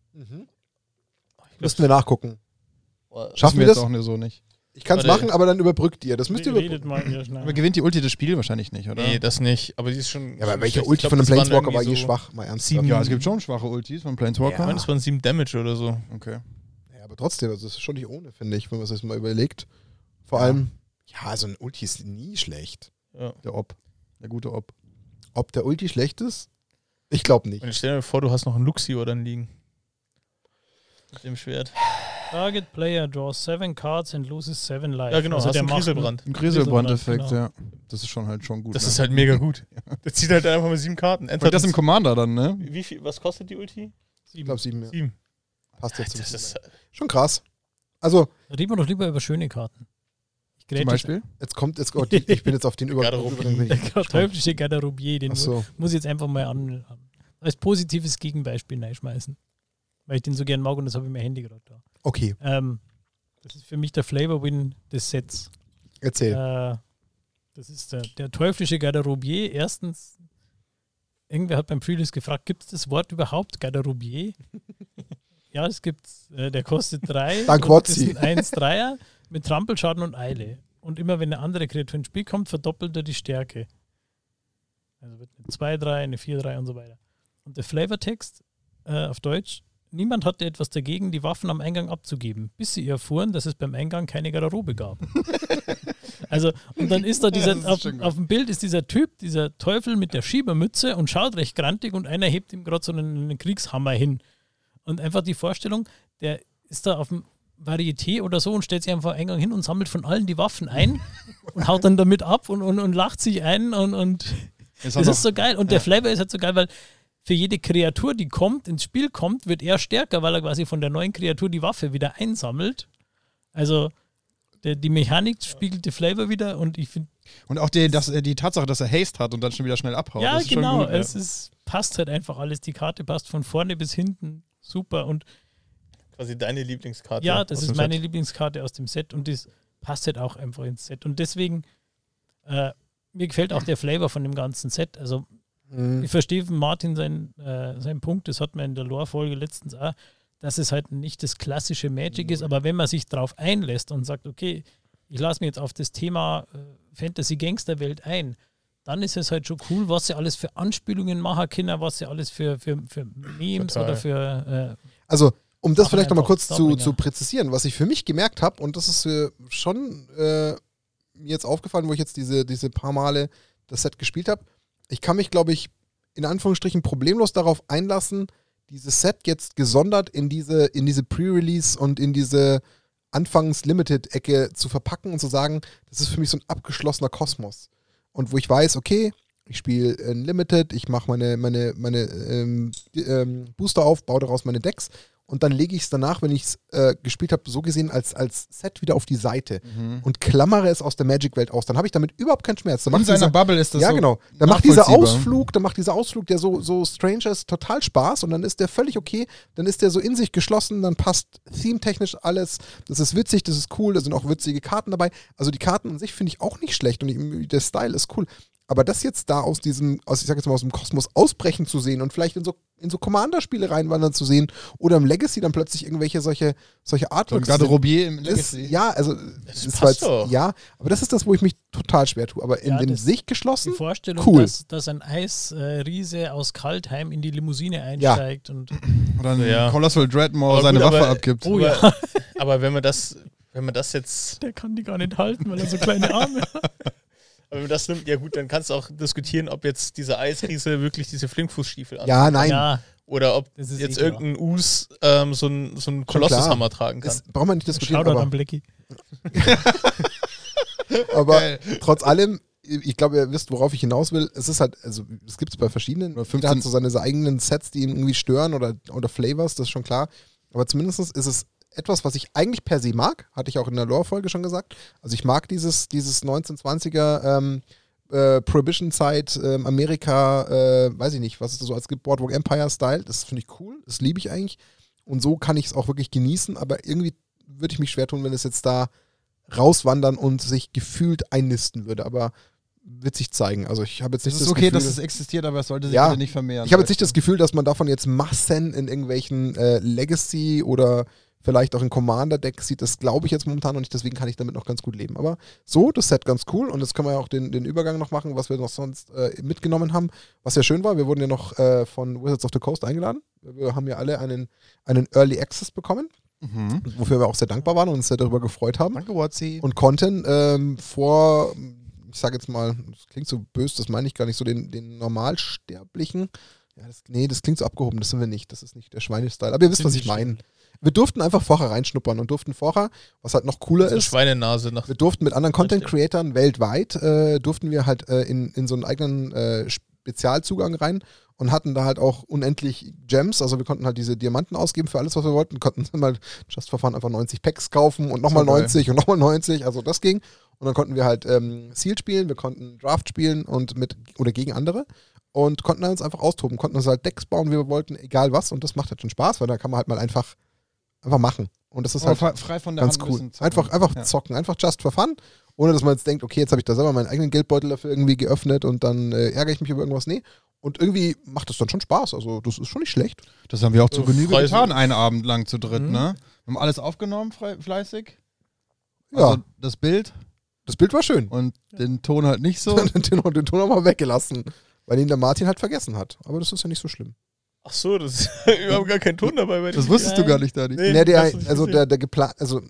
Müssten wir nachgucken. Boah, Schaffen wir jetzt das? auch nur so nicht. Ich kann es Warte. machen, aber dann überbrückt ihr. Das müsst ihr Redet überbrücken. mal hier schnell. Aber gewinnt die Ulti das Spiel wahrscheinlich nicht, oder? Nee, das nicht. Aber die ist schon. Ja, aber schon welche schlecht. Ulti Ich von einem glaub, das waren Planeswalker war je irgendwie so schwach? Mal ernsthaft. 7. Ja, es gibt schon schwache Ultis von Planeswalker. Ich meine, das waren 7 Damage oder so. Okay. Ja, aber trotzdem, also das ist schon nicht ohne, finde ich, wenn man es jetzt mal überlegt. Vor allem, ja, so ein Ulti ist nie schlecht. Ja. Der Ob. Der gute Ob. Ob der Ulti schlecht ist? Ich glaube nicht. Und stell dir vor, du hast noch einen Luxio dann liegen. Mit dem Schwert. Target player draws 7 cards and loses 7 life. Ja, genau, hast der einen macht Grieselbrand. Ein Grieselbrand-Effekt, genau. ja. Das ist schon halt schon gut. Das ne? ist halt mega gut. Der zieht halt einfach mal 7 Karten. Und das im Commander dann, ne? Wie viel, was kostet die Ulti? Ich glaube 7, ja. 7. Passt jetzt. Das ist, Schon krass. Also, Da reden wir doch lieber über schöne Karten. Ich Zum grätsche Beispiel? ich bin jetzt auf den Garderobier. Der teuflische Garderobier, den Achso. muss ich jetzt einfach mal als positives Gegenbeispiel reinschmeißen. Weil ich den so gern mag und das habe ich mein Handy gerade da. Okay, Das ist für mich der Flavor-Win des Sets. erzähl. Das ist der teuflische Garderobier. Erstens, irgendwer hat beim Pre-Release gefragt, gibt es das Wort überhaupt, Garderobier? Ja, es gibt's. Der kostet 3. Dank Das ist Wotzi. ein 1-3er mit Trampelschaden und Eile. Und immer wenn eine andere Kreatur ins Spiel kommt, verdoppelt er die Stärke. Also wird eine 2-3, eine 4-3 und so weiter. Und der Flavortext auf Deutsch: Niemand hatte etwas dagegen, die Waffen am Eingang abzugeben, bis sie erfuhren, dass es beim Eingang keine Garderobe gab. Also, und dann ist da dieser, auf dem Bild ist dieser Typ, dieser Teufel mit der Schiebermütze und schaut recht grantig und einer hebt ihm gerade so einen Kriegshammer hin. Und einfach die Vorstellung, der ist da auf dem Varieté oder so und stellt sich einfach am Eingang hin und sammelt von allen die Waffen ein und haut dann damit ab und lacht sich ein und das ist so geil. Und der Flavor ist halt so geil, weil für jede Kreatur, die ins Spiel kommt, wird er stärker, weil er quasi von der neuen Kreatur die Waffe wieder einsammelt. Also die Mechanik spiegelt die Flavor wieder und ich finde... Und auch die Tatsache, dass er Haste hat und dann schon wieder schnell abhaut. Ja, das ist genau. Schon gut, Passt halt einfach alles. Die Karte passt von vorne bis hinten super und quasi deine Lieblingskarte. Ja, das ist meine Lieblingskarte aus dem Set und das passt halt auch einfach ins Set. Und deswegen, mir gefällt auch der Flavor von dem ganzen Set. Also ich verstehe von Martin seinen Punkt, das hat man in der Lore-Folge letztens auch, dass es halt nicht das klassische Magic ist, aber wenn man sich darauf einlässt und sagt, okay, ich lasse mich jetzt auf das Thema Fantasy-Gangster-Welt ein, dann ist es halt schon cool, was sie alles für Anspielungen machen können, was sie alles für Memes Total. oder für Also, um das Sachen vielleicht nochmal einfach kurz zu Starbringer. präzisieren, was ich für mich gemerkt habe, und das ist schon mir jetzt aufgefallen, wo ich jetzt diese paar Male das Set gespielt habe, ich kann mich, glaube ich, in Anführungsstrichen problemlos darauf einlassen, dieses Set jetzt gesondert in diese Pre-Release und in diese Anfangs-Limited-Ecke zu verpacken und zu sagen, das ist für mich so ein abgeschlossener Kosmos. Und wo ich weiß, okay, ich spiele in Limited, ich mache meine Booster auf, baue daraus meine Decks und dann lege ich es danach, wenn ich es gespielt habe, so gesehen als Set wieder auf die Seite und klammere es aus der Magic-Welt aus. Dann habe ich damit überhaupt keinen Schmerz. In seiner Bubble ist das ja, so genau. Dann macht dieser nachvollziehbar. Ausflug, der so strange ist, total Spaß und dann ist der völlig okay. Dann ist der so in sich geschlossen, dann passt theme-technisch alles. Das ist witzig, das ist cool, da sind auch witzige Karten dabei. Also die Karten an sich finde ich auch nicht schlecht und der Style ist cool. Aber das jetzt da aus dem Kosmos ausbrechen zu sehen und vielleicht in so Commander-Spiele reinwandern zu sehen oder im Legacy dann plötzlich irgendwelche solche Artworks. So ein Garderobier im Legacy. Ja, also Das passt doch. ja, aber das ist das, wo ich mich total schwer tue. Aber in dem sich geschlossen, die Vorstellung, cool. dass ein Eisriese aus Kaltheim in die Limousine einsteigt und Oder ein Ja. Colossal Dreadmore Aber seine gut, Waffe aber- abgibt. oh ja, Aber wenn man das jetzt, der kann die gar nicht halten, weil er so kleine Arme hat. wenn man das nimmt, ja gut, dann kannst du auch diskutieren, ob jetzt dieser Eisriese wirklich diese Flinkfußstiefel ja, nein. Ja, oder ob Das ist jetzt klar. irgendein Us so einen Kolossushammer tragen kann. Das braucht man nicht diskutieren, Shoutout aber, an Blackie. aber Geil. trotz allem, ich glaube, ihr wisst, worauf ich hinaus will. Es ist halt, also es gibt es bei verschiedenen. Oder Jeder hat so seine eigenen Sets, die ihn irgendwie stören oder Flavors, das ist schon klar. Aber zumindest ist es etwas, was ich eigentlich per se mag, hatte ich auch in der Lore-Folge schon gesagt. Also ich mag dieses 1920er Prohibition-Zeit, Amerika, weiß ich nicht, was es da so als gibt, Boardwalk Empire-Style, das finde ich cool, das liebe ich eigentlich. Und so kann ich es auch wirklich genießen, aber irgendwie würde ich mich schwer tun, wenn es jetzt da rauswandern und sich gefühlt einnisten würde, aber wird sich zeigen. Also ich habe jetzt nicht Es ist das okay, Gefühl, dass es existiert, aber es sollte sich Ja, bitte nicht vermehren. ich habe jetzt nicht das Gefühl, dass man davon jetzt Massen in irgendwelchen Legacy oder vielleicht auch in Commander-Decks sieht. Das glaube ich jetzt momentan noch nicht, deswegen kann ich damit noch ganz gut leben. Aber so, das Set ganz cool und jetzt können wir ja auch den Übergang noch machen, was wir noch sonst mitgenommen haben. Was ja schön war, wir wurden ja noch von Wizards of the Coast eingeladen. Wir haben ja alle einen Early Access bekommen, wofür wir auch sehr dankbar waren und uns sehr darüber gefreut haben. Danke, Watsi. Und konnten vor, ich sage jetzt mal, das klingt so böse, das meine ich gar nicht, so den Normalsterblichen, ja, das klingt so abgehoben, das sind wir nicht, das ist nicht der Schweinestyle, aber ihr wisst, was ich meine. Wir durften einfach vorher reinschnuppern und durften vorher, was halt noch cooler So ist, Schweinenase nach. wir durften mit anderen Content-Creatern weltweit, durften wir halt in so einen eigenen Spezialzugang rein und hatten da halt auch unendlich Gems, also wir konnten halt diese Diamanten ausgeben für alles, was wir wollten, konnten dann mal just for fun einfach 90 Packs kaufen und nochmal So geil. 90 und nochmal 90, also das ging. Und dann konnten wir halt Sealed spielen, wir konnten Draft spielen und oder gegen andere und konnten dann uns einfach austoben, konnten uns halt Decks bauen, wie wir wollten, egal was, und das macht halt schon Spaß, weil da kann man halt mal einfach machen. Und das ist halt frei von der ganz Hand cool. müssen zocken. Einfach Ja. zocken, einfach just for fun ohne dass man jetzt denkt, okay, jetzt habe ich da selber meinen eigenen Geldbeutel dafür irgendwie geöffnet und dann ärgere ich mich über irgendwas. Nee. Und irgendwie macht das dann schon Spaß. Also das ist schon nicht schlecht. Das haben wir auch zu Genüge Freisinn. getan, einen Abend lang zu dritt, ne? Wir haben alles aufgenommen, fleißig. Ja. Also das Bild Das Bild war schön. und den Ton halt nicht so. den Ton haben wir weggelassen, weil ihn der Martin halt vergessen hat. Aber das ist ja nicht so schlimm. Ach so, wir haben gar keinen Ton dabei bei dem. Das wusstest du gar nicht, Dani. Nee. Nee, hast du nicht gesehen. der geplant, also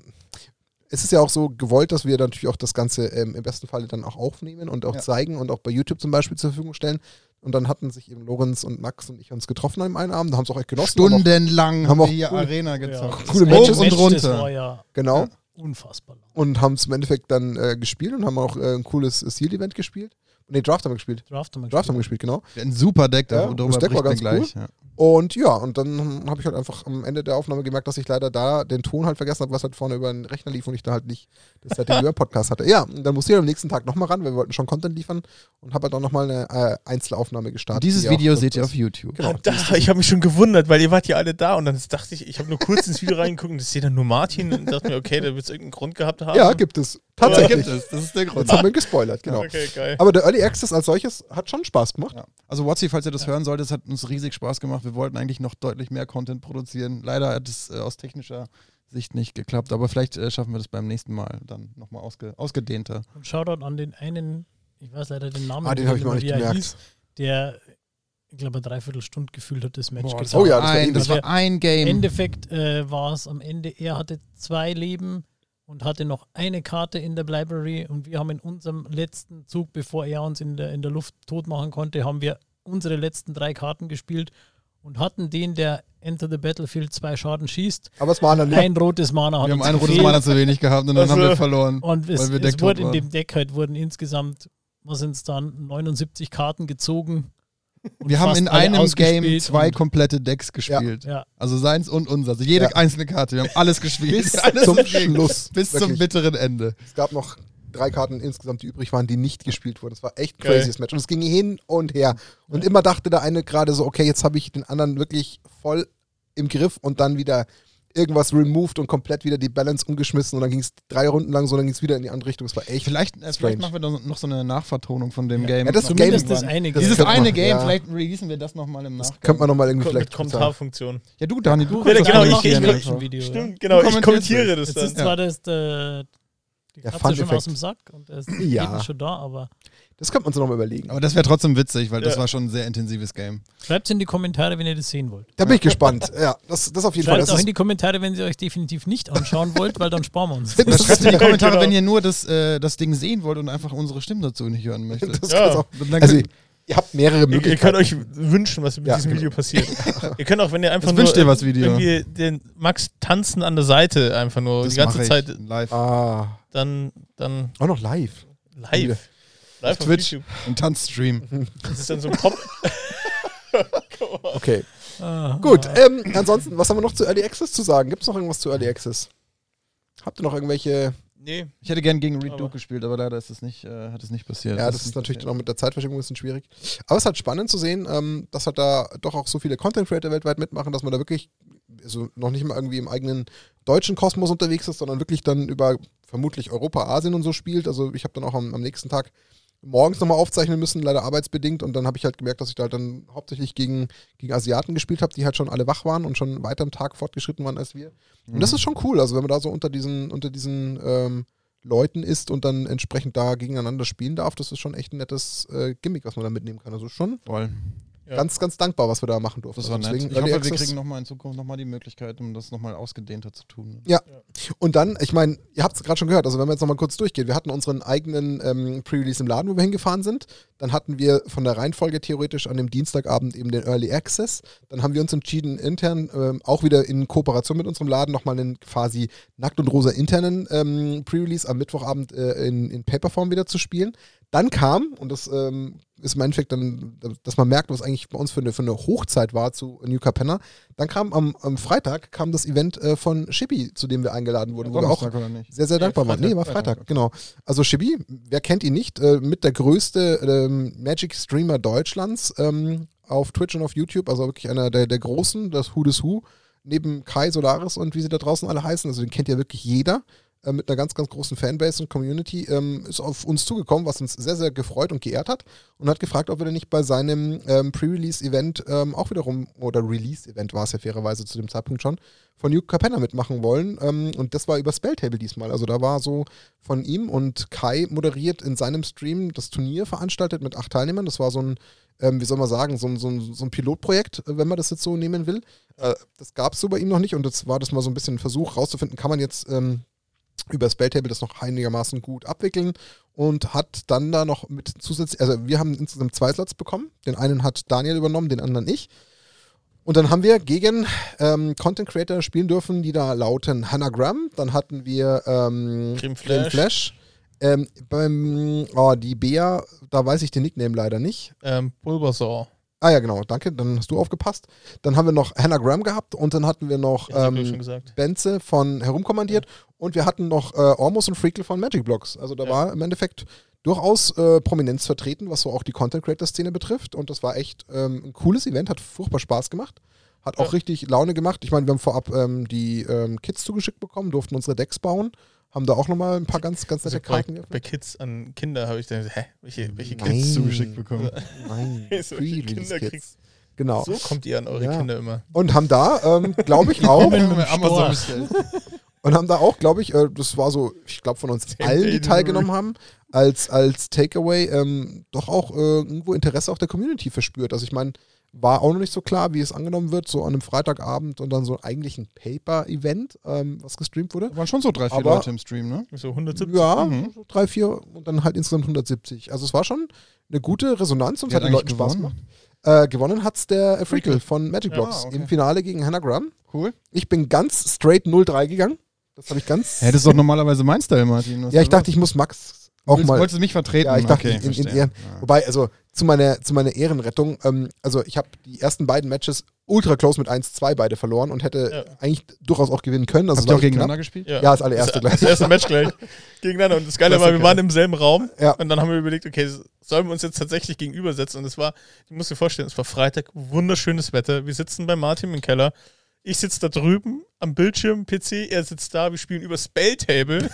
es ist ja auch so gewollt, dass wir dann natürlich auch das Ganze im besten Falle dann auch aufnehmen und auch zeigen und auch bei YouTube zum Beispiel zur Verfügung stellen. Und dann hatten sich eben Lorenz und Max und ich uns getroffen an einem Abend, haben es auch echt genossen. Stundenlang haben wir auch hier cool- Arena Ja, gezockt. das Coole Match- Matches das und Match, Das runter. war ja Genau. unfassbar lang. Und haben es im Endeffekt dann gespielt und haben auch ein cooles Sealed-Event gespielt. Nee, Draft haben wir gespielt. Draft haben wir Draft haben wir gespielt, genau. Ein super Deck, Ja, darüber das Deck war berichten wir ganz gleich. Ja. Und ja, und dann habe ich halt einfach am Ende der Aufnahme gemerkt, dass ich leider da den Ton halt vergessen habe, was halt vorne über den Rechner lief und ich da halt nicht das Setting über Podcast hatte. Ja, und dann musste ich am nächsten Tag nochmal ran, weil wir wollten schon Content liefern und habe halt auch nochmal eine Einzelaufnahme gestartet. Dieses die Video auch- seht ihr auf YouTube. Genau. Ich habe mich schon gewundert, weil ihr wart ja alle da und dann dachte ich habe nur kurz ins Video reingeguckt und ich sehe dann nur Martin und dachte mir, okay, da wird es irgendeinen Grund gehabt haben. Ja, gibt es. Tatsächlich. Ja, gibt es. Das ist der Grund. Jetzt haben wir gespoilert, genau. Okay, geil. Aber der Early Access als solches hat schon Spaß gemacht. Ja. Also Watsi, falls ihr das hören solltet, es hat uns riesig Spaß gemacht. Wir wollten eigentlich noch deutlich mehr Content produzieren. Leider hat es aus technischer Sicht nicht geklappt, aber vielleicht schaffen wir das beim nächsten Mal dann nochmal ausgedehnter. Und Shoutout an den einen, ich weiß leider den Namen, Den habe ich mir auch nicht wie er gemerkt. hieß, der, ich glaube, 3/4 Stunde gefühlt hat das Match Boah, gezockt. Oh ja, das war ihn, das war ein Im Game. Endeffekt war es am Ende, er hatte 2 Leben und hatte noch eine Karte in der Library und wir haben in unserem letzten Zug, bevor er uns in der Luft tot machen konnte, haben wir unsere letzten 3 Karten gespielt und hatten den, der Enter the Battlefield 2 Schaden schießt. Aber es waren dann Ein rotes Mana hat Wir haben uns ein rotes gefehlt. Mana zu wenig gehabt und dann haben wir verloren. Und es weil wir wurde decktot in waren. dem Deck halt wurden insgesamt, was sind es dann, 79 Karten gezogen. Und Wir haben fast in alle einem Game ausgespielt 2 und- komplette Decks gespielt. Ja, Also seins und unser. Also jede Ja. einzelne Karte. Wir haben alles gespielt. Bis Alles zum dagegen. Schluss. Bis zum Wirklich. bitteren Ende. Es gab noch 3 Karten insgesamt, die übrig waren, die nicht gespielt wurden. Das war echt Geil. crazy Match. Und es ging hin und her. Und immer dachte der eine gerade so, okay, jetzt habe ich den anderen wirklich voll im Griff und dann wieder irgendwas removed und komplett wieder die Balance umgeschmissen und dann ging es 3 Runden lang so, dann ging es wieder in die andere Richtung. Es war echt Vielleicht strange. machen wir noch so eine Nachvertonung von dem Game. Ja, das zumindest Game- das eine das Dieses könnte man- eine Game, ja. vielleicht releasen wir das nochmal im Nachgang. Könnte man nochmal irgendwie Mit vielleicht Kommentarfunktion. Ja, du, Dani, du Ja, kannst genau, das ich- kommentieren ich- einfach. Video, Stimmt, genau, ich kommentierst kommentiere das. das Jetzt ist dann. zwar die Der Katze schon Fun-Effekt. aus dem Sack und der ist Ja. eben schon da, aber Das könnte man sich nochmal überlegen. Aber das wäre trotzdem witzig, weil das Ja. war schon ein sehr intensives Game. schreibt es in die Kommentare, wenn ihr das sehen wollt. Da bin ich gespannt. Ja, das auf jeden Fall. Schreibt Das auch ist, in die Kommentare, wenn ihr euch definitiv nicht anschauen wollt, weil dann sparen wir uns. Das Oder schreibt in die Kommentare, Genau. wenn ihr nur das Ding sehen wollt und einfach unsere Stimmen dazu nicht hören möchtet. das Ja. ist auch, Dann also, könnt- ihr habt mehrere Ihr Möglichkeiten. könnt euch wünschen, was mit Ja, diesem genau. Video passiert. Ihr könnt auch, wenn ihr einfach Was nur wünscht ihr was Video? irgendwie den Max tanzen an der Seite einfach nur das die ganze mache ich Zeit, live. dann Auch noch live. live. Live auf Twitch. YouTube. Ein Tanzstream. Das ist dann so ein Pop. Okay. Ah, Gut, ansonsten, was haben wir noch zu Early Access zu sagen? Gibt es noch irgendwas zu Early Access? Habt ihr noch irgendwelche... Nee. Ich hätte gern gegen Reed Aber- Duke gespielt, aber leider ist es nicht, hat es nicht passiert. Ja, das ist natürlich dann auch mit der Zeitverschiebung ein bisschen schwierig. Aber es ist halt spannend zu sehen, dass halt da doch auch so viele Content-Creator weltweit mitmachen, dass man da wirklich, also noch nicht mal irgendwie im eigenen deutschen Kosmos unterwegs ist, sondern wirklich dann über vermutlich Europa, Asien und so spielt. Also ich habe dann auch am nächsten Tag morgens nochmal aufzeichnen müssen, leider arbeitsbedingt. Und dann habe ich halt gemerkt, dass ich da halt dann hauptsächlich gegen Asiaten gespielt habe, die halt schon alle wach waren und schon weiter im Tag fortgeschritten waren als wir. Und das ist schon cool. Also wenn man da so unter diesen Leuten ist und dann entsprechend da gegeneinander spielen darf, das ist schon echt ein nettes Gimmick, was man da mitnehmen kann. Also schon Voll. Ja. ganz, ganz dankbar, was wir da machen durften. Das war Also nett. deswegen Ich Early hoffe, wir Access. kriegen nochmal in Zukunft nochmal die Möglichkeit, um das nochmal ausgedehnter zu tun. Ja. Und dann, ich meine, ihr habt es gerade schon gehört, also wenn wir jetzt nochmal kurz durchgehen, wir hatten unseren eigenen Pre-Release im Laden, wo wir hingefahren sind. Dann hatten wir von der Reihenfolge theoretisch an dem Dienstagabend eben den Early Access. Dann haben wir uns entschieden, intern, auch wieder in Kooperation mit unserem Laden, nochmal einen quasi nackt und rosa internen Pre-Release am Mittwochabend in Paperform wieder zu spielen. Dann kam, und das ist im Endeffekt dann, dass man merkt, was eigentlich bei uns für eine Hochzeit war zu New Capenna. Dann kam am Freitag kam das Event von Shibi, zu dem wir eingeladen wurden, wo wir auch oder nicht? sehr, sehr dankbar waren. Nee, war Freitag, genau. Also Shibi, wer kennt ihn nicht, mit der größte Magic-Streamer Deutschlands auf Twitch und auf YouTube, also wirklich einer der Großen, das Who des Who, neben Kai Solaris und wie sie da draußen alle heißen, also den kennt ja wirklich jeder. mit einer ganz, ganz großen Fanbase und Community, ist auf uns zugekommen, was uns sehr, sehr gefreut und geehrt hat und hat gefragt, ob wir denn nicht bei seinem Pre-Release-Event auch wiederum, oder Release-Event war es ja fairerweise zu dem Zeitpunkt schon, von Hugh Capenna mitmachen wollen. Und das war über Spelltable diesmal. Also da war so von ihm und Kai moderiert in seinem Stream das Turnier veranstaltet mit 8 Teilnehmern. Das war so ein, wie soll man sagen, so ein Pilotprojekt, wenn man das jetzt so nehmen will. Das gab es so bei ihm noch nicht und das war das mal so ein bisschen ein Versuch rauszufinden, kann man jetzt über Spelltable das noch einigermaßen gut abwickeln und hat dann da noch mit zusätzlich, also wir haben insgesamt 2 Slots bekommen. Den einen hat Daniel übernommen, den anderen ich. Und dann haben wir gegen Content Creator spielen dürfen, die da lauten Hannah Graham, dann hatten wir Cream Flash. Die Bea, da weiß ich den Nickname leider nicht. Bulbasaur. Ah ja, genau, danke, dann hast du aufgepasst. Dann haben wir noch Hannah Graham gehabt und dann hatten wir noch Benze von Herumkommandiert und wir hatten noch Ormus und Freakle von Magic Blocks. Also da war im Endeffekt durchaus Prominenz vertreten, was so auch die Content-Creator-Szene betrifft und das war echt ein cooles Event, hat furchtbar Spaß gemacht. Hat auch richtig Laune gemacht. Ich meine, wir haben vorab die Kits zugeschickt bekommen, durften unsere Decks bauen. Haben da auch nochmal ein paar ganz, ganz nette Karten geöffnet. Bei Kids an Kinder habe ich gedacht, welche Kids zugeschickt bekommen? Nein, so Kinder-Kids. Genau. So kommt ihr an eure Kinder immer. Und haben da, glaube ich, auch Amazon bestellt. Und haben da auch, glaube ich, das war so, ich glaube von uns allen, die teilgenommen haben, als Takeaway doch auch irgendwo Interesse auch der Community verspürt. Also ich meine, war auch noch nicht so klar, wie es angenommen wird, so an einem Freitagabend und dann so eigentlich ein Paper-Event, was gestreamt wurde. Waren schon so 3, 4 Leute im Stream, ne? So 170? Ja, so 3, 4 und dann halt insgesamt 170. Also es war schon eine gute Resonanz und es hat den Leuten Spaß gemacht. Gewonnen hat's der Freakle von Magic Blocks im Finale gegen Hannah Graham. Cool. Ich bin ganz straight 0-3 gegangen. Das habe ich ganz... Das ist doch normalerweise mein Style, Martin. Ja, ich dachte, ich muss Max auch mal... Wolltest du mich vertreten? Ja, ich dachte, okay, in Ehren... Ja. Wobei, also zu meiner Ehrenrettung, also ich habe die ersten beiden Matches ultra close mit 1-2 beide verloren und hätte eigentlich durchaus auch gewinnen können. Also habt ihr auch gegeneinander gespielt? Ja, das allererste gleich. Das erste Match gleich gegeneinander. Und das Geile war, wir waren im selben Raum und dann haben wir überlegt, okay, sollen wir uns jetzt tatsächlich gegenübersetzen? Und es war, ich muss dir vorstellen, es war Freitag, wunderschönes Wetter. Wir sitzen bei Martin im Keller. Ich sitze da drüben am Bildschirm, PC, er sitzt da, wir spielen über Spelltable.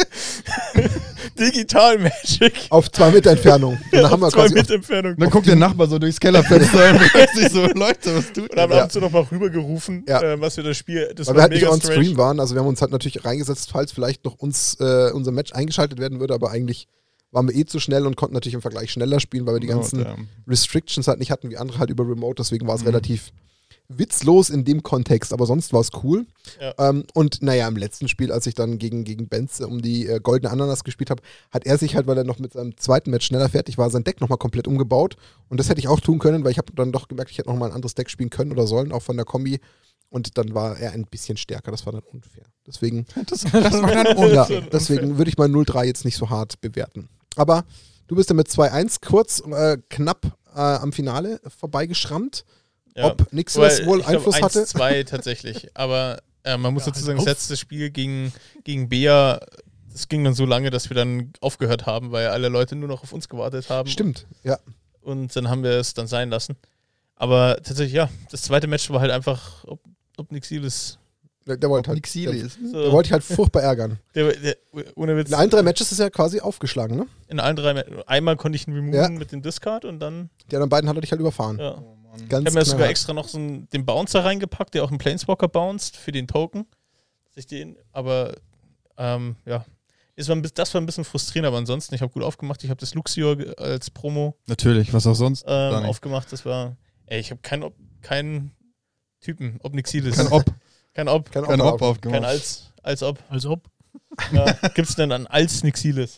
Digital Magic. Auf 2 Meter Entfernung. Auf 2 Meter Entfernung. Dann guckt der Nachbar so durchs Kellerfenster und fragt sich so, Leute, was tut ihr? Und haben ab und zu noch mal rübergerufen, was wir das Spiel, das weil war wir halt mega nicht on Stream waren, also wir haben uns halt natürlich reingesetzt, falls vielleicht noch unser Match eingeschaltet werden würde, aber eigentlich waren wir zu schnell und konnten natürlich im Vergleich schneller spielen, weil wir die ganzen Restrictions halt nicht hatten, wie andere halt über Remote, deswegen war es relativ witzlos in dem Kontext, aber sonst war es cool. Ja. Und naja, im letzten Spiel, als ich dann gegen Benz um die goldene Ananas gespielt habe, hat er sich halt, weil er noch mit seinem zweiten Match schneller fertig war, sein Deck nochmal komplett umgebaut. Und das hätte ich auch tun können, weil ich habe dann doch gemerkt, ich hätte nochmal ein anderes Deck spielen können oder sollen, auch von der Kombi. Und dann war er ein bisschen stärker, das war dann unfair. Deswegen, das war dann unfair. Ja, deswegen würde ich mal 0-3 jetzt nicht so hart bewerten. Aber du bist ja mit 2-1 kurz, knapp am Finale vorbeigeschrammt. Ja. Ob Nixilis wohl Einfluss hatte? 1-2 tatsächlich, aber man muss dazu sagen, das letzte Spiel gegen Bea, das ging dann so lange, dass wir dann aufgehört haben, weil alle Leute nur noch auf uns gewartet haben. Stimmt, ja. Und dann haben wir es dann sein lassen. Aber tatsächlich, ja, das zweite Match war halt einfach, ob Nixilis... Der wollte halt, Nixilis. Der wollte ich halt furchtbar ärgern. Ohne Witz. In allen 3 Matches ist er quasi aufgeschlagen, ne? In allen 3 Matches. Einmal konnte ich ihn removen mit dem Discard und dann... Die anderen beiden hat er dich halt überfahren. Ja. Ich habe mir sogar extra noch den Bouncer reingepackt, der auch einen Planeswalker bounced für den Token. Aber das war ein bisschen frustrierend, aber ansonsten, ich habe gut aufgemacht. Ich habe das Luxior als Promo natürlich, was auch sonst aufgemacht. Das war, ich habe keinen Typen, ob Nixilis. Kein Ob aufgemacht. Kein als Ob. Als Ob. Ja, gibt's denn dann als Nixilis?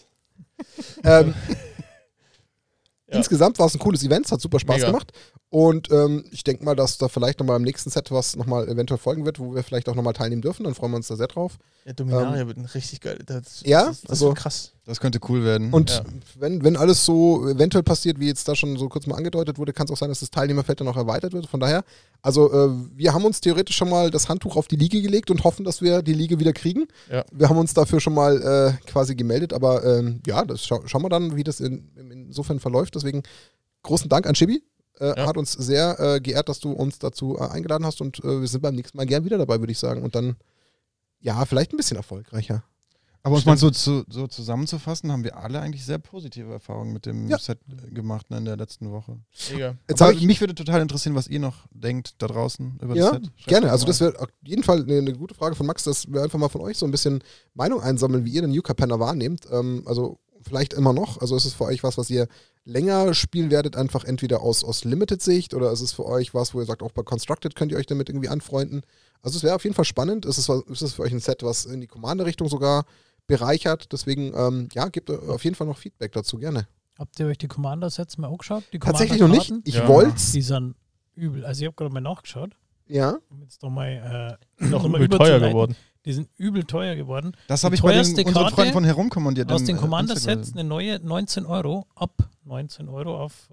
Insgesamt war es ein cooles Event, es hat super Spaß gemacht. Und ich denke mal, dass da vielleicht nochmal im nächsten Set was nochmal eventuell folgen wird, wo wir vielleicht auch nochmal teilnehmen dürfen. Dann freuen wir uns da sehr drauf. Ja, Dominaria wird ein richtig geil. Das also krass. Das könnte cool werden. Und wenn alles so eventuell passiert, wie jetzt da schon so kurz mal angedeutet wurde, kann es auch sein, dass das Teilnehmerfeld dann auch erweitert wird. Von daher, also wir haben uns theoretisch schon mal das Handtuch auf die Liga gelegt und hoffen, dass wir die Liga wieder kriegen. Ja. Wir haben uns dafür schon mal quasi gemeldet, aber das schauen wir dann, wie das insofern verläuft. Deswegen großen Dank an Chibi. Hat uns sehr geehrt, dass du uns dazu eingeladen hast und wir sind beim nächsten Mal gern wieder dabei, würde ich sagen. Und dann, vielleicht ein bisschen erfolgreicher. Aber um es mal so zusammenzufassen, haben wir alle eigentlich sehr positive Erfahrungen mit dem Set gemacht in der letzten Woche. Mich würde total interessieren, was ihr noch denkt da draußen über das Set. Schreibt Gerne. Also das wäre auf jeden Fall eine gute Frage von Max, dass wir einfach mal von euch so ein bisschen Meinung einsammeln, wie ihr den New Capenna wahrnehmt. Also vielleicht immer noch. Also ist es für euch was ihr länger spielen werdet, einfach entweder aus Limited-Sicht oder ist es für euch was, wo ihr sagt, auch bei Constructed könnt ihr euch damit irgendwie anfreunden. Also es wäre auf jeden Fall spannend. Ist es für euch ein Set, was in die Commander-Richtung sogar bereichert. Deswegen, gebt auf jeden Fall noch Feedback dazu, gerne. Habt ihr euch die Commander-Sets mal angeschaut? Tatsächlich noch nicht. Ich wollte es. Die sind übel. Also ich habe gerade mal nachgeschaut. Ja. Um jetzt doch mal noch übel teuer geworden. Die sind übel teuer geworden. Das habe ich bei unseren Freunden von herumkommandiert. Aus den Commander-Sets eine neue 19 Euro, ab 19 Euro auf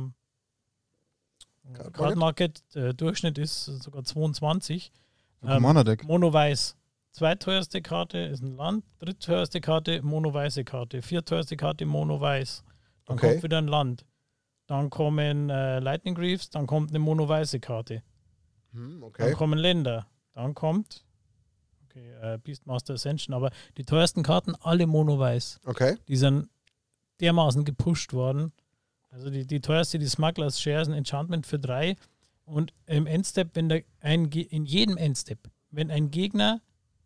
Card Market. Durchschnitt ist sogar 22. Commander-Deck. Mono-Weiß. Zweiteuerste Karte ist ein Land, drittteuerste Karte Mono-Weiße Karte, viertteuerste Karte Mono-Weiß. Dann kommt wieder ein Land. Dann kommen Lightning Greaves, dann kommt eine Mono-Weiße Karte. Dann kommen Länder. Dann kommt Beastmaster Ascension, aber die teuersten Karten alle Mono-Weiß. Okay. Die sind dermaßen gepusht worden. Also die teuerste, die Smugglers Share, ist ein Enchantment für 3. Und im Endstep, in jedem Endstep, wenn ein Gegner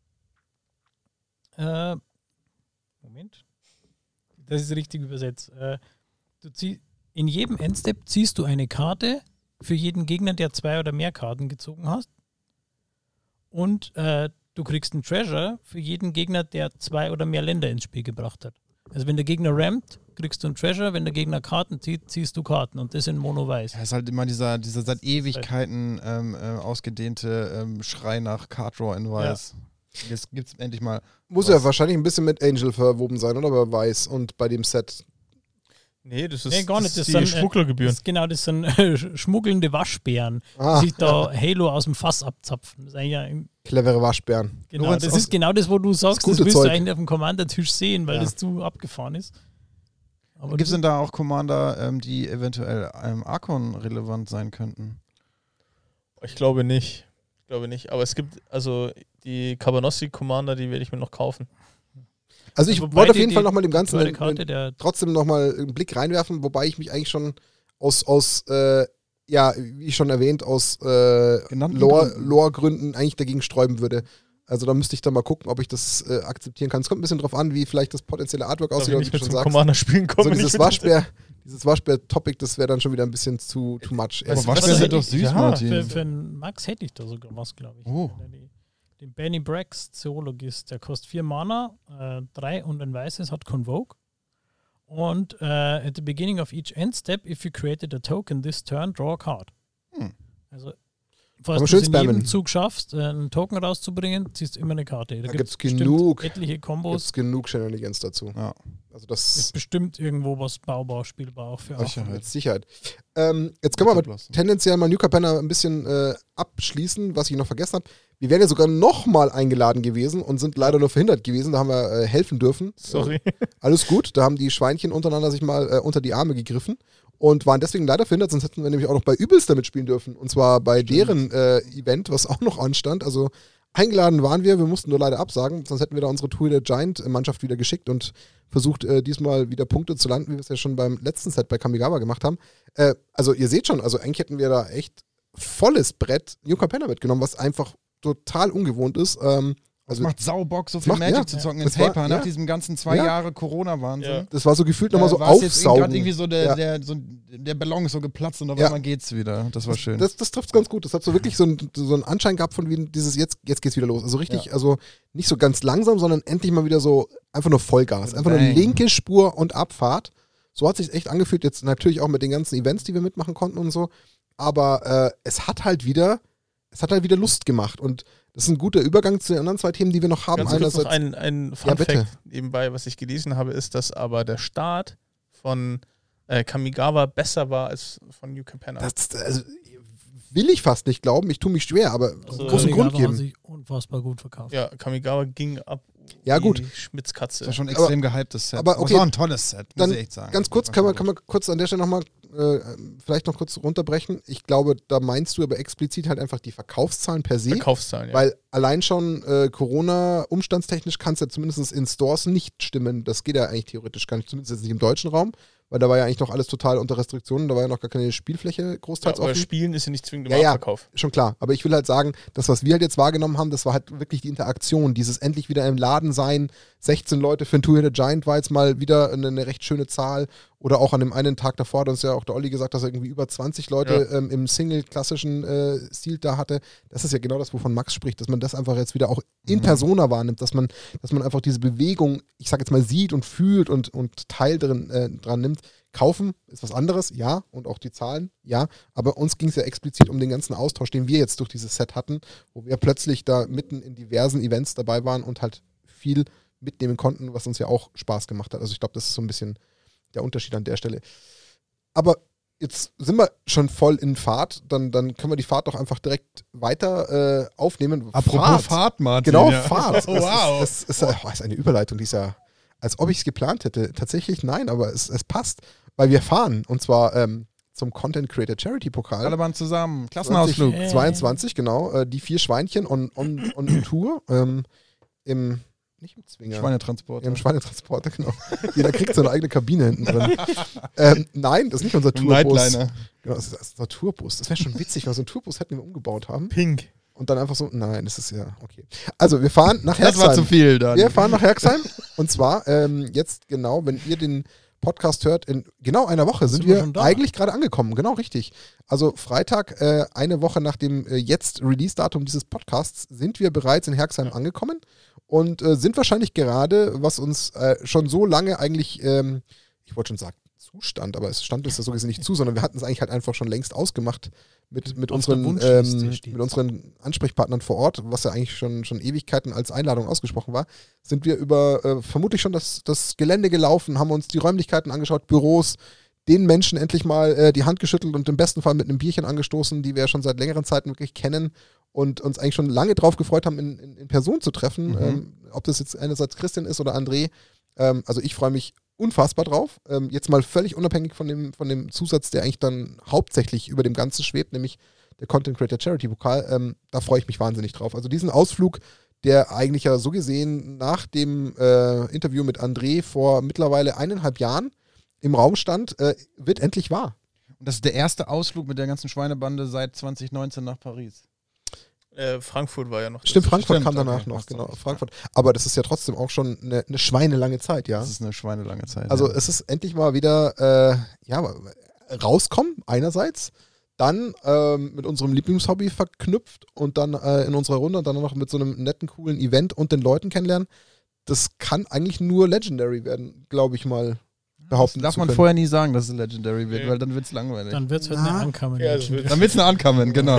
Moment, das ist richtig übersetzt. In jedem Endstep ziehst du eine Karte für jeden Gegner, der 2 oder mehr Karten gezogen hast. Und du kriegst einen Treasure für jeden Gegner, der 2 oder mehr Länder ins Spiel gebracht hat. Also wenn der Gegner rampt, kriegst du einen Treasure, wenn der Gegner Karten zieht, ziehst du Karten und das in Mono-Weiß. Ja, ist halt immer dieser seit Ewigkeiten ausgedehnte Schrei nach Card Draw in Weiß. Ja. Jetzt gibt es endlich mal. Muss ja wahrscheinlich ein bisschen mit Angel verwoben sein, oder? Bei Weiß und bei dem Set. Nee, das ist, gar nicht. Das sind Schmugglergebühren. Das sind schmuggelnde Waschbären, die sich da Halo aus dem Fass abzapfen. Das ist eigentlich clevere Waschbären. Genau, das ist genau das, wo du sagst, das willst du eigentlich auf dem Commander-Tisch sehen, weil das zu abgefahren ist. Gibt es denn da auch Commander, die eventuell Archon relevant sein könnten? Ich glaube nicht. Aber es gibt, also die Cabanossi Commander, die werde ich mir noch kaufen. Also ich wollte auf jeden Fall nochmal dem Ganzen trotzdem nochmal einen Blick reinwerfen, wobei ich mich eigentlich schon wie schon erwähnt, aus Lore-Gründen eigentlich dagegen sträuben würde. Also da müsste ich dann mal gucken, ob ich das akzeptieren kann. Es kommt ein bisschen drauf an, wie vielleicht das potenzielle Artwork aussieht. Wenn ich mit zum Commander spielen komme. So dieses Waschbär-Topic, das wäre dann schon wieder ein bisschen too much. Aber Waschbär sind doch süß, Martin. Für einen Max hätte ich da sogar was, glaube ich. Oh. Den Benny Brax Zoologist, der kostet 4 Mana, 3 und ein weißes, hat Convoke. Und at the beginning of each end step, if you created a token this turn, draw a card. Also, falls du es in jedem Zug schaffst, einen Token rauszubringen, ziehst du immer eine Karte. Da gibt es genug etliche Kombos. Gibt's genug Shenanigans dazu. Ja. Also das ist bestimmt irgendwo was baubar, spielbar auch für Sicherheit. Mit Sicherheit. Jetzt können wir aber tendenziell mal New Capenna ein bisschen abschließen, was ich noch vergessen habe. Wir wären ja sogar nochmal eingeladen gewesen und sind leider nur verhindert gewesen. Da haben wir helfen dürfen. Sorry. Alles gut. Da haben die Schweinchen untereinander sich mal unter die Arme gegriffen und waren deswegen leider verhindert. Sonst hätten wir nämlich auch noch bei Übelster mitspielen dürfen. Und zwar bei deren Event, was auch noch anstand. Also eingeladen waren wir mussten nur leider absagen. Sonst hätten wir da unsere Tour der Giant-Mannschaft wieder geschickt und versucht, diesmal wieder Punkte zu landen, wie wir es ja schon beim letzten Set bei Kamigawa gemacht haben. Also ihr seht schon, also eigentlich hätten wir da echt volles Brett New Capenna mitgenommen, was einfach total ungewohnt ist. Es macht Saubock, so viel Magic zu zocken in Paper, nach diesem ganzen 2 Jahre Corona-Wahnsinn. Ja. Das war so gefühlt nochmal so aufsaugen. Gerade irgendwie so der Ballon ist so geplatzt und auf einmal geht's wieder. Das war schön. Das trifft ganz gut. Das hat so wirklich so einen Anschein gehabt von wie dieses jetzt geht's wieder los. Also richtig, also nicht so ganz langsam, sondern endlich mal wieder so einfach nur Vollgas. Einfach nur linke Spur und Abfahrt. So hat sich echt angefühlt, jetzt natürlich auch mit den ganzen Events, die wir mitmachen konnten und so. Aber es hat halt wieder Lust gemacht und das ist ein guter Übergang zu den anderen 2 Themen, die wir noch haben. Ganz kurz noch ein Fun-Fact nebenbei, was ich gelesen habe, ist, dass aber der Start von Kamigawa besser war als von New Capenna. Also, will ich fast nicht glauben, ich tue mich schwer, aber großen Grund geben. Hat sich unfassbar gut verkauft. Ja, Kamigawa ging ab gut. Schmitzkatze. Das war schon ein extrem gehyptes Set. Aber okay, das war ein tolles Set, muss ich echt sagen. Ganz kurz, kann man kurz an der Stelle nochmal vielleicht noch kurz runterbrechen. Ich glaube, da meinst du aber explizit halt einfach die Verkaufszahlen per se. Verkaufszahlen, ja. Weil allein schon Corona-umstandstechnisch kann es ja zumindest in Stores nicht stimmen. Das geht ja eigentlich theoretisch gar nicht, zumindest jetzt nicht im deutschen Raum. Weil da war ja eigentlich noch alles total unter Restriktionen, da war ja noch gar keine Spielfläche großteils aber offen. Spielen ist ja nicht zwingend im Abverkauf. Ja, schon klar. Aber ich will halt sagen, das, was wir halt jetzt wahrgenommen haben, das war halt wirklich die Interaktion, dieses endlich wieder im Laden sein, 16 Leute für ein Two-Headed Giant war jetzt mal wieder eine recht schöne Zahl. Oder auch an dem einen Tag davor hat uns ja auch der Olli gesagt, dass er irgendwie über 20 Leute im Single-klassischen Stil da hatte. Das ist ja genau das, wovon Max spricht, dass man das einfach jetzt wieder auch in Persona wahrnimmt, dass man einfach diese Bewegung, ich sag jetzt mal, sieht und fühlt und Teil dran nimmt. Kaufen ist was anderes, ja, und auch die Zahlen, ja, aber uns ging es ja explizit um den ganzen Austausch, den wir jetzt durch dieses Set hatten, wo wir plötzlich da mitten in diversen Events dabei waren und halt viel mitnehmen konnten, was uns ja auch Spaß gemacht hat. Also ich glaube, das ist so ein bisschen der Unterschied an der Stelle. Aber jetzt sind wir schon voll in Fahrt, dann können wir die Fahrt doch einfach direkt weiter aufnehmen. Apropos Fahrt, Martin. Genau, ja. Fahrt. Wow. Das ist eine Überleitung, die ist ja, als ob ich es geplant hätte. Tatsächlich nein, aber es passt, weil wir fahren und zwar zum Content Creator Charity Pokal. Alle waren zusammen. Klassenausflug. 2022, genau. Die 4 Schweinchen on Tour nicht im Zwinger. Schweinetransporter. Im Schweinetransporter, genau. Jeder kriegt seine eigene Kabine hinten drin. Nein, das ist nicht unser Tourbus. Nightliner. Genau, das ist unser Tourbus. Das wäre schon witzig, weil so einen Tourbus hätten wir umgebaut haben. Pink. Und dann einfach so, nein, das ist ja, okay. Also, wir fahren nach Herxheim. Das war zu viel dann. Wir fahren nach Herxheim. Und zwar, jetzt genau, wenn ihr den Podcast hört, in genau einer Woche sind wir eigentlich gerade angekommen. Genau, richtig. Also Freitag, eine Woche nach dem jetzt Release-Datum dieses Podcasts, sind wir bereits in Herxheim angekommen und sind wahrscheinlich gerade, was uns schon so lange eigentlich, ich wollte schon sagen, zustand, aber es stand uns das so gesehen nicht zu, sondern wir hatten es eigentlich halt einfach schon längst ausgemacht mit unseren Ansprechpartnern vor Ort, was ja eigentlich schon Ewigkeiten als Einladung ausgesprochen war, sind wir über vermutlich schon das Gelände gelaufen, haben uns die Räumlichkeiten angeschaut, Büros, den Menschen endlich mal die Hand geschüttelt und im besten Fall mit einem Bierchen angestoßen, die wir ja schon seit längeren Zeiten wirklich kennen und uns eigentlich schon lange drauf gefreut haben, in Person zu treffen. Ob das jetzt einerseits Christian ist oder André. Also ich freue mich unfassbar drauf. Jetzt mal völlig unabhängig von dem Zusatz, der eigentlich dann hauptsächlich über dem Ganzen schwebt, nämlich der Content Creator Charity Pokal. Da freue ich mich wahnsinnig drauf. Also diesen Ausflug, der eigentlich ja so gesehen nach dem Interview mit André vor mittlerweile 1,5 Jahren im Raum stand, wird endlich wahr. Und das ist der erste Ausflug mit der ganzen Schweinebande seit 2019 nach Paris. Frankfurt war ja noch. Stimmt, Frankfurt kam danach noch, genau. Frankfurt. Aber das ist ja trotzdem auch schon eine schweinelange Zeit, ja. Das ist eine schweinelange Zeit. Also es ist endlich mal wieder rauskommen, einerseits, dann mit unserem Lieblingshobby verknüpft und dann in unserer Runde und dann noch mit so einem netten, coolen Event und den Leuten kennenlernen. Das kann eigentlich nur Legendary werden, glaube ich mal. Behaupten das darf man vorher nie sagen, dass es Legendary wird, weil dann wird es langweilig. Dann wird es halt eine Uncommon. Ja, dann wird es eine Uncommon, genau.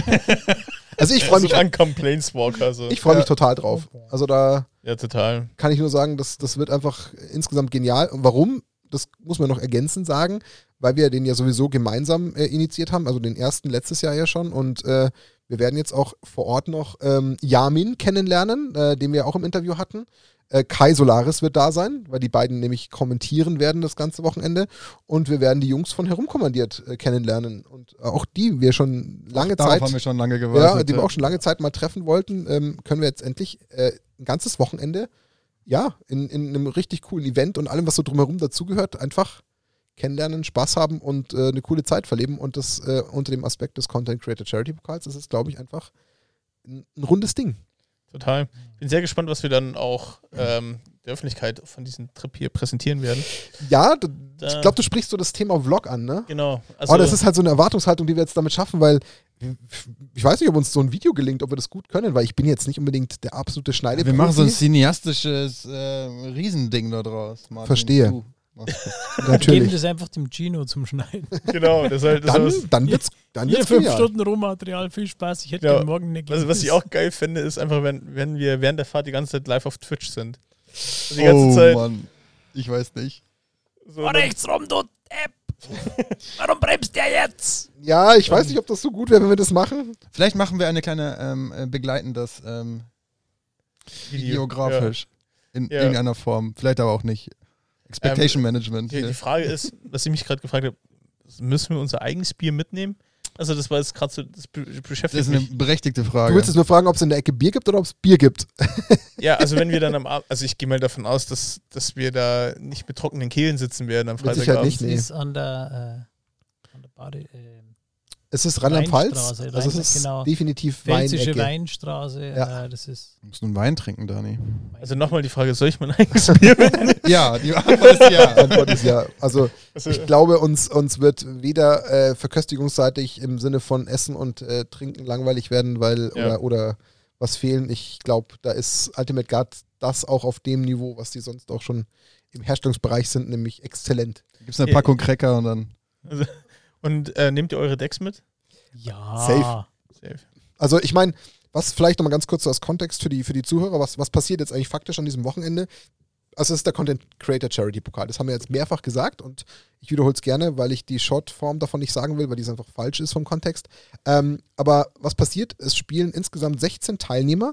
Also ich freue mich. Uncommon Planeswalker. So. Ich freue mich total drauf. Also da total. Kann ich nur sagen, das wird einfach insgesamt genial. Und warum? Das muss man noch ergänzend sagen, weil wir den ja sowieso gemeinsam initiiert haben, also den ersten letztes Jahr ja schon. Und wir werden jetzt auch vor Ort noch Yamin kennenlernen, den wir auch im Interview hatten. Kai Solaris wird da sein, weil die beiden nämlich kommentieren werden das ganze Wochenende. Und wir werden die Jungs von Herumkommandiert kennenlernen. Und auch die wir schon lange Zeit. Darauf haben wir schon lange gewartet. Ja, die wir auch schon lange Zeit mal treffen wollten, können wir jetzt endlich ein ganzes Wochenende, ja, in einem richtig coolen Event und allem, was so drumherum dazugehört, einfach kennenlernen, Spaß haben und eine coole Zeit verleben. Und das unter dem Aspekt des Content Creator Charity Pokals ist es, glaube ich, einfach ein rundes Ding. Total. Bin sehr gespannt, was wir dann auch der Öffentlichkeit von diesem Trip hier präsentieren werden. Ja, ich glaube, du sprichst so das Thema Vlog an, ne? Genau. Also das ist halt so eine Erwartungshaltung, die wir jetzt damit schaffen, weil ich weiß nicht, ob uns so ein Video gelingt, ob wir das gut können, weil ich bin jetzt nicht unbedingt der absolute Schneideprofi. Wir machen so ein cineastisches Riesending da draus. Martin. Verstehe. Natürlich. Geben das einfach dem Gino zum Schneiden. Genau. Dann wird's hier 5 Stunden Rohmaterial, viel Spaß. Ich hätte gerne morgen eine Gäste. Was ich auch geil finde, ist einfach, wenn wir während der Fahrt die ganze Zeit live auf Twitch sind. Also die ganze Zeit. Mann. Ich weiß nicht. So rechts rum, du Depp! Warum bremst der jetzt? Ja, ich weiß nicht, ob das so gut wäre, wenn wir das machen. Vielleicht machen wir eine kleine begleitendes videografisch in irgendeiner Form. Vielleicht aber auch nicht. Expectation Management. Die Frage ist, was ich mich gerade gefragt habe, müssen wir unser eigenes Bier mitnehmen? Also das war jetzt gerade so, das beschäftigt mich. Das ist eine berechtigte Frage. Du willst jetzt nur fragen, ob es in der Ecke Bier gibt oder ob es Bier gibt. Ja, also wenn wir dann also ich gehe mal davon aus, dass wir da nicht mit trockenen Kehlen sitzen werden am Mit Sicherheit Freitagabend. nicht, nee. Das ist an der Bade... Es ist Rheinland-Pfalz, Weinstraße, also es ist genau. definitiv Pfälzische Weinecke. Weinstraße, Ja. Das ist... Du musst einen Wein trinken, Dani. Also nochmal die Frage, soll ich mein eigenes Bier mitnehmen? Ja, die Antwort ist ja. Antwort ist ja. Also Also, ich glaube, uns wird weder verköstigungsseitig im Sinne von Essen und Trinken langweilig werden, weil Ja. oder was fehlen. Ich glaube, da ist Ultimate Guard das auch auf dem Niveau, was die sonst auch schon im Herstellungsbereich sind, nämlich exzellent. Gibt es eine Packung Cracker und dann. und nehmt ihr eure Decks mit? Ja. Safe. Safe. Also ich meine, was vielleicht nochmal ganz kurz so als Kontext für die Zuhörer, was passiert jetzt eigentlich faktisch an diesem Wochenende? Also es ist der Content Creator Charity Pokal. Das haben wir jetzt mehrfach gesagt und ich wiederhole es gerne, weil ich die Shortform davon nicht sagen will, weil die einfach falsch ist vom Kontext. Aber was passiert? Es spielen insgesamt 16 Teilnehmer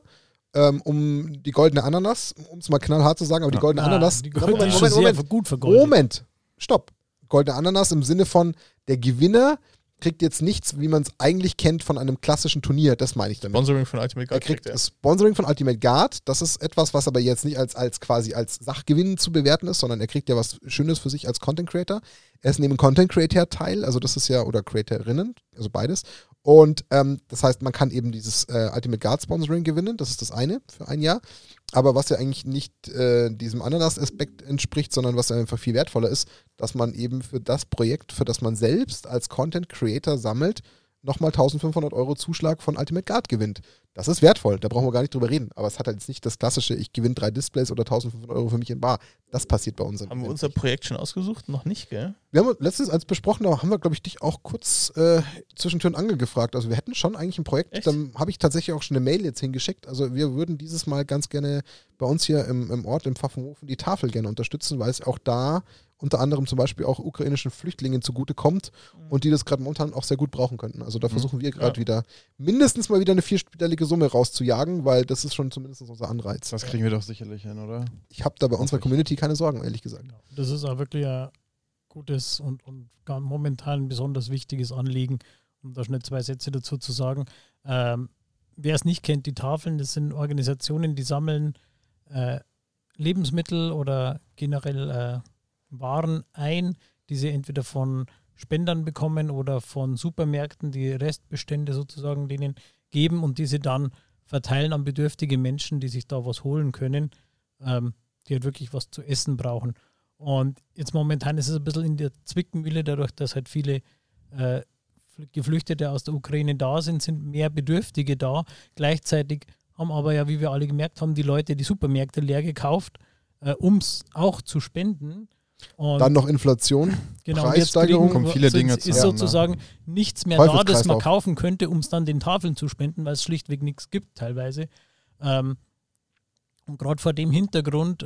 um die goldene Ananas, um es mal knallhart zu sagen, aber die goldene Ananas... Die ist schon sehr gut vergoldet. Moment, stopp. Goldene Ananas im Sinne von, der Gewinner kriegt jetzt nichts, wie man es eigentlich kennt von einem klassischen Turnier. Das meine ich damit. Sponsoring von Ultimate Er Guard kriegt er. das Sponsoring von Ultimate Guard. Das ist etwas, was aber jetzt nicht als quasi als Sachgewinn zu bewerten ist, sondern er kriegt ja was Schönes für sich als Content Creator. Er ist neben Content Creator Teil, also das ist ja, oder Creatorinnen, also beides. Und das heißt, man kann eben dieses Ultimate Guard Sponsoring gewinnen. Das ist das eine für ein Jahr. Aber was ja eigentlich nicht diesem Ananas-Aspekt entspricht, sondern was ja einfach viel wertvoller ist, dass man eben für das Projekt, für das man selbst als Content Creator sammelt, nochmal 1.500 € Zuschlag von Ultimate Guard gewinnt. Das ist wertvoll, da brauchen wir gar nicht drüber reden. Aber es hat halt jetzt nicht das klassische, ich gewinne 3 Displays oder 1.500 € für mich in Bar. Das passiert bei uns. Haben wir unser Projekt schon ausgesucht? Noch nicht, gell? Wir haben letztens als besprochen, da haben wir, glaube ich, dich auch kurz zwischen Tür und Angel gefragt. Also wir hätten schon eigentlich ein Projekt, Echt? dann habe ich tatsächlich auch schon eine Mail jetzt hingeschickt. Also wir würden dieses Mal ganz gerne bei uns hier im Ort, im Pfaffenhofen, die Tafel gerne unterstützen, weil es auch da unter anderem zum Beispiel auch ukrainischen Flüchtlingen zugute kommt und die das gerade momentan auch sehr gut brauchen könnten. Also da versuchen wir gerade wieder mindestens mal wieder eine 4-stellige Summe rauszujagen, weil das ist schon zumindest unser Anreiz. Das kriegen wir doch sicherlich hin, oder? Ich habe da bei unserer Community keine Sorgen, ehrlich gesagt. Das ist auch wirklich ein gutes und momentan ein besonders wichtiges Anliegen, um da schnell 2 Sätze dazu zu sagen. Wer es nicht kennt, die Tafeln, das sind Organisationen, die sammeln Lebensmittel oder generell Waren ein, die sie entweder von Spendern bekommen oder von Supermärkten, die Restbestände sozusagen denen geben und diese dann verteilen an bedürftige Menschen, die sich da was holen können, die halt wirklich was zu essen brauchen. Und jetzt momentan ist es ein bisschen in der Zwickmühle, dadurch, dass halt viele Geflüchtete aus der Ukraine da sind mehr Bedürftige da. Gleichzeitig haben aber ja, wie wir alle gemerkt haben, die Leute die Supermärkte leer gekauft, um es auch zu spenden. Und dann noch Inflation, genau, Preissteigerung. Kommen viele Dinge ist zusammen, sozusagen nichts mehr da, das man Teufelskreislauf. kaufen könnte, um es dann den Tafeln zu spenden, weil es schlichtweg nichts gibt teilweise. Und gerade vor dem Hintergrund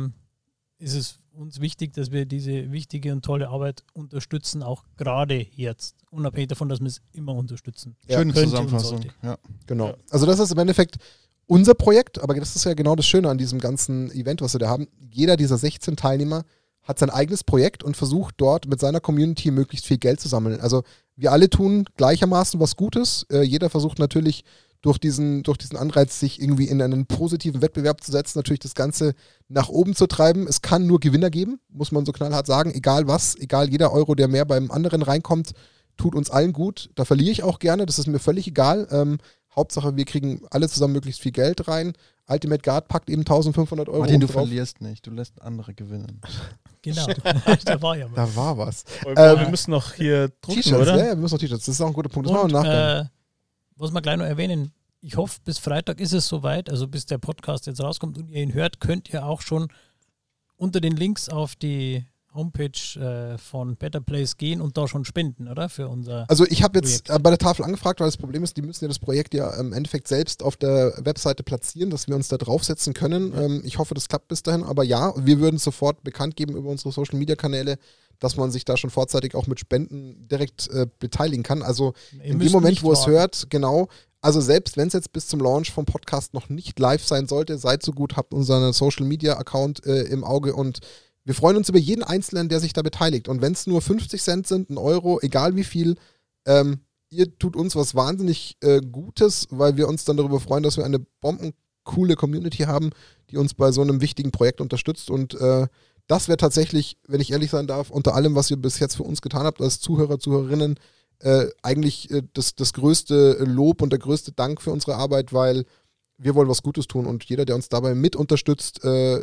ist es uns wichtig, dass wir diese wichtige und tolle Arbeit unterstützen, auch gerade jetzt, unabhängig davon, dass wir es immer unterstützen. Schöne könnte und Zusammenfassung. sollte. Ja. Genau. Ja. Also das ist im Endeffekt unser Projekt, aber das ist ja genau das Schöne an diesem ganzen Event, was wir da haben. Jeder dieser 16 Teilnehmer hat sein eigenes Projekt und versucht dort mit seiner Community möglichst viel Geld zu sammeln. Also wir alle tun gleichermaßen was Gutes. Jeder versucht natürlich durch diesen Anreiz, sich irgendwie in einen positiven Wettbewerb zu setzen, natürlich das Ganze nach oben zu treiben. Es kann nur Gewinner geben, muss man so knallhart sagen. Egal was, egal jeder Euro, der mehr beim anderen reinkommt, tut uns allen gut. Da verliere ich auch gerne, das ist mir völlig egal. Hauptsache, wir kriegen alle zusammen möglichst viel Geld rein. Ultimate Guard packt eben 1.500 € Martin, du drauf. verlierst nicht, du lässt andere gewinnen. Genau, da war ja was. Da war was. Wir müssen noch hier drucken, T-Shirts, oder? ja, wir müssen noch T-Shirts. Das ist auch ein guter Punkt. Das machen Und, wir im Nachgang. was wir gleich noch erwähnen, ich hoffe, bis Freitag ist es soweit, also bis der Podcast jetzt rauskommt und ihr ihn hört, könnt ihr auch schon unter den Links auf die Homepage von Better Place gehen und da schon spenden, oder? Für unser Also ich habe jetzt Projekt. bei der Tafel angefragt, weil das Problem ist, die müssen ja das Projekt ja im Endeffekt selbst auf der Webseite platzieren, dass wir uns da draufsetzen können. Ich hoffe, das klappt bis dahin, aber ja, wir würden sofort bekannt geben über unsere Social-Media-Kanäle, dass man sich da schon vorzeitig auch mit Spenden direkt beteiligen kann. Also Ihr in dem müsst Moment, nicht wo es warten. hört, genau, also selbst wenn es jetzt bis zum Launch vom Podcast noch nicht live sein sollte, seid so gut, habt unseren Social-Media-Account im Auge und Wir freuen uns über jeden Einzelnen, der sich da beteiligt. Und wenn es nur 50 Cent sind, 1 Euro, egal wie viel, ihr tut uns was wahnsinnig Gutes, weil wir uns dann darüber freuen, dass wir eine bombencoole Community haben, die uns bei so einem wichtigen Projekt unterstützt. Und das wäre tatsächlich, wenn ich ehrlich sein darf, unter allem, was ihr bis jetzt für uns getan habt, als Zuhörer, Zuhörerinnen, eigentlich das größte Lob und der größte Dank für unsere Arbeit, weil wir wollen was Gutes tun und jeder, der uns dabei mit unterstützt,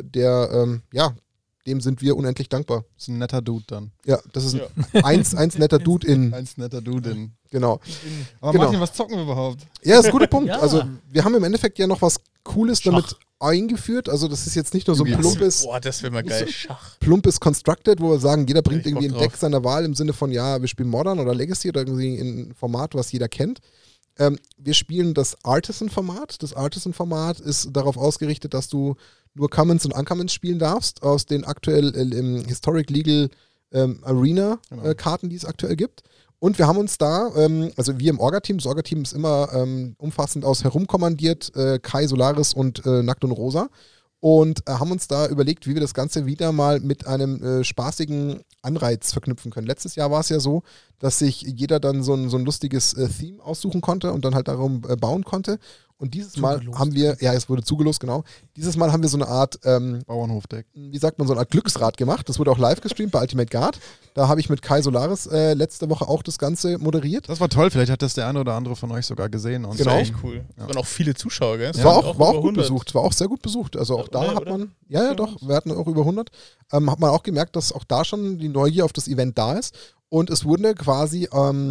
dem sind wir unendlich dankbar. Das ist ein netter Dude dann. Ja, das ist eins netter Dude in. Eins netter Dude in. Genau. Aber genau. Martin, was zocken wir überhaupt? Ja, ist ein guter Punkt. Ja. Also wir haben im Endeffekt ja noch was Cooles Schach. damit eingeführt. Also das ist jetzt nicht nur so ein Boah, das wäre mal geil. Schach. plumpes Constructed, wo wir sagen, jeder bringt Ich irgendwie Bock ein Deck drauf. seiner Wahl im Sinne von, ja, wir spielen Modern oder Legacy oder irgendwie ein Format, was jeder kennt. Wir spielen das Artisan-Format. Das Artisan-Format ist darauf ausgerichtet, dass du nur Commons und Uncommons spielen darfst, aus den aktuell im Historic Legal Arena-Karten, die es aktuell gibt. Und wir haben uns da, also wir im Orga-Team, das Orga-Team ist immer umfassend aus herumkommandiert, Kai, Solaris und Nackt und Rosa. Und haben uns da überlegt, wie wir das Ganze wieder mal mit einem spaßigen Anreiz verknüpfen können. Letztes Jahr war es ja so, dass sich jeder dann so ein lustiges Theme aussuchen konnte und dann halt darum bauen konnte. Und dieses Mal haben wir, ja, es wurde zugelost, genau. Dieses Mal haben wir so eine Art, Bauernhofdeck. wie sagt man, so eine Art Glücksrad gemacht. Das wurde auch live gestreamt bei Ultimate Guard. Da habe ich mit Kai Solaris letzte Woche auch das Ganze moderiert. Das war toll, vielleicht hat das der eine oder andere von euch sogar gesehen. Und Genau. Das war echt cool. Es waren auch viele Zuschauer, gell? Es War waren auch gut 100. besucht, war auch sehr gut besucht. Also auch da Oder? hat man, ja doch, wir hatten auch über 100. Hat man auch gemerkt, dass auch da schon die Neugier auf das Event da ist. Und es wurde quasi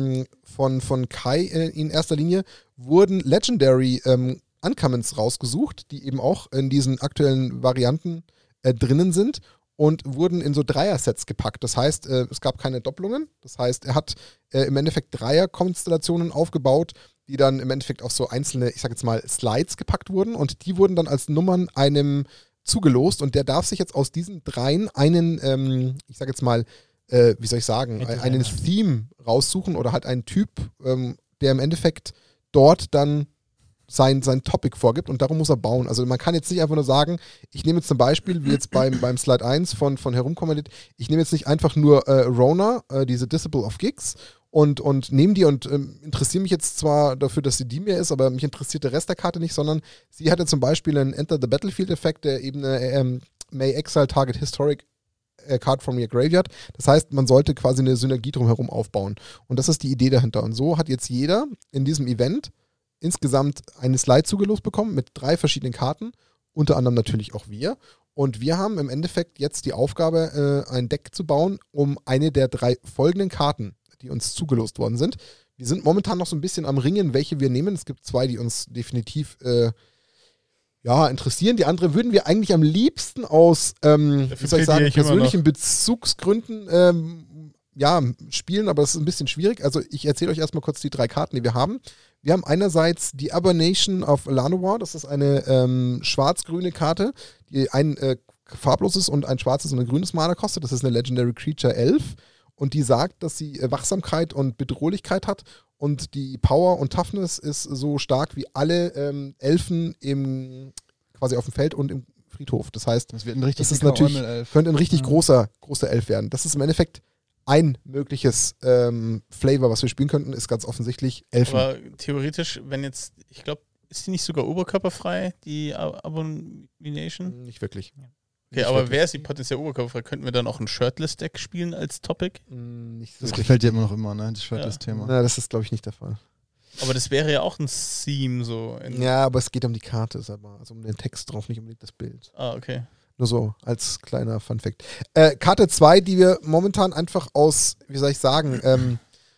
von Kai in erster Linie wurden Legendary Uncommons rausgesucht, die eben auch in diesen aktuellen Varianten drinnen sind und wurden in so Dreier-Sets gepackt. Das heißt, es gab keine Doppelungen. Das heißt, er hat im Endeffekt Dreier-Konstellationen aufgebaut, die dann im Endeffekt auch so einzelne, ich sag jetzt mal, Slides gepackt wurden und die wurden dann als Nummern einem zugelost und der darf sich jetzt aus diesen dreien einen, ich sag jetzt mal, wie soll ich sagen, einen Theme raussuchen oder halt einen Typ, der im Endeffekt dort dann sein Topic vorgibt und darum muss er bauen. Also man kann jetzt nicht einfach nur sagen, ich nehme jetzt zum Beispiel, wie jetzt beim Slide 1 von herumkommandiert, ich nehme jetzt nicht einfach nur Rona, diese Disciple of Gigs und nehme die und interessiere mich jetzt zwar dafür, dass sie die mir ist, aber mich interessiert der Rest der Karte nicht, sondern sie hatte zum Beispiel einen Enter the Battlefield-Effekt, der eben eine May Exile Target Historic Card from your Graveyard. Das heißt, man sollte quasi eine Synergie drumherum aufbauen. Und das ist die Idee dahinter. Und so hat jetzt jeder in diesem Event insgesamt eine Slide zugelost bekommen mit 3 verschiedenen Karten, unter anderem natürlich auch wir. Und wir haben im Endeffekt jetzt die Aufgabe, ein Deck zu bauen, um eine der 3 folgenden Karten, die uns zugelost worden sind. Wir sind momentan noch so ein bisschen am Ringen, welche wir nehmen. Es gibt 2, die uns definitiv interessieren. Die andere würden wir eigentlich am liebsten aus wie soll ich sagen, persönlichen Bezugsgründen spielen, aber das ist ein bisschen schwierig. Also ich erzähle euch erstmal kurz die 3 Karten, die wir haben. Wir haben einerseits die Abomination of Llanowar, das ist eine schwarz-grüne Karte, die ein farbloses und ein schwarzes und ein grünes Mana kostet. Das ist eine Legendary Creature 11 und die sagt, dass sie Wachsamkeit und Bedrohlichkeit hat und die Power und Toughness ist so stark wie alle Elfen quasi auf dem Feld und im Friedhof. Das heißt, das wird ein richtig das ist natürlich, könnte ein richtig großer Elf werden. Das ist im Endeffekt ein mögliches Flavor, was wir spielen könnten, ist ganz offensichtlich Elfen. Aber theoretisch, wenn jetzt, ich glaube, ist die nicht sogar oberkörperfrei, die Abomination? Nicht wirklich. Okay, aber wäre sie potenziell oberkörperfrei, könnten wir dann auch ein Shirtless-Deck spielen als Topic? Nicht so das richtig. gefällt dir immer noch ne? Das Shirtless-Thema. Na, das ist, glaube ich, nicht der Fall. Aber das wäre ja auch ein Theme so. Ja, aber es geht um die Karte, also um den Text drauf, nicht unbedingt das Bild. Ah, okay. Nur so, als kleiner Funfact. Karte 2, die wir momentan einfach aus, wie soll ich sagen,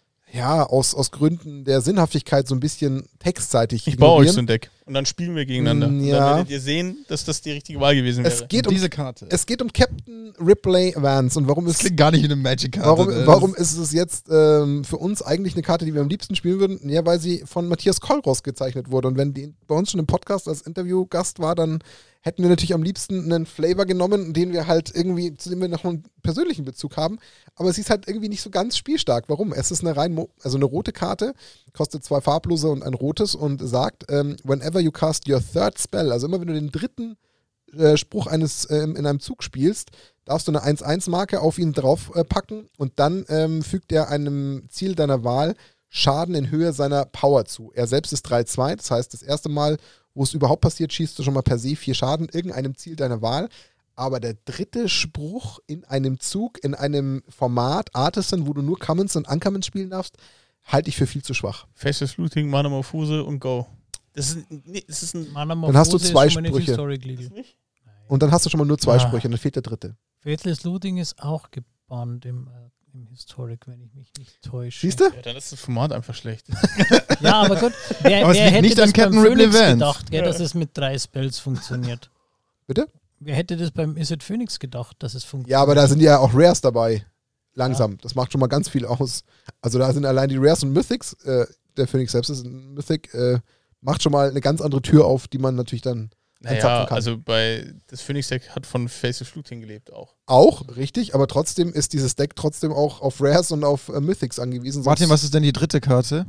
aus Gründen der Sinnhaftigkeit so ein bisschen textseitig Ich baue euch so ein Deck und dann spielen wir gegeneinander. Ja. Und dann werdet ihr sehen, dass das die richtige Wahl gewesen wäre. Es geht diese Karte. Es geht um Captain Ripley Vance und warum das klingt gar nicht wie eine Magic-Karte. Warum ist es jetzt für uns eigentlich eine Karte, die wir am liebsten spielen würden? Ja, weil sie von Matthias Kollross gezeichnet wurde und wenn die bei uns schon im Podcast als Interviewgast war, dann hätten wir natürlich am liebsten einen Flavor genommen, den wir halt irgendwie, zu dem wir noch einen persönlichen Bezug haben. Aber sie ist halt irgendwie nicht so ganz spielstark. Warum? Es ist eine eine rote Karte, kostet 2 farblose und ein rotes und sagt, whenever you cast your third spell, also immer wenn du den dritten Spruch in einem Zug spielst, darfst du eine 1-1-Marke auf ihn drauf packen und dann fügt er einem Ziel deiner Wahl Schaden in Höhe seiner Power zu. Er selbst ist 3-2, das heißt, das erste Mal, wo es überhaupt passiert, schießt du schon mal per se 4 Schaden irgendeinem Ziel deiner Wahl. Aber der dritte Spruch in einem Zug, in einem Format, Artisan, wo du nur Commons und Uncommons spielen darfst, halte ich für viel zu schwach. Faceless Looting, Manamorphose und Go. Das ist ein dann hast du 2 Sprüche. Und dann hast du schon mal nur 2 Sprüche, dann fehlt der dritte. Faceless Looting ist auch gebannt im Historic, wenn ich mich nicht täusche. Siehst du? Ja, dann ist das Format einfach schlecht. Ja, aber gut. Wer hätte nicht das an beim Captain Ridley Phoenix Vance. gedacht, gell, dass es mit 3 Spells funktioniert? Bitte? Wer hätte das beim Is It Phoenix gedacht, dass es funktioniert? Ja, aber da sind ja auch Rares dabei. Langsam. Ja. Das macht schon mal ganz viel aus. Also da sind allein die Rares und Mythics, der Phoenix selbst ist ein Mythic, macht schon mal eine ganz andere Tür auf, die man natürlich dann kann. Also das Phoenix-Deck hat von Faceless Looting gelebt auch. Auch, richtig, aber trotzdem ist dieses Deck trotzdem auch auf Rares und auf Mythics angewiesen. Martin, was ist denn die dritte Karte?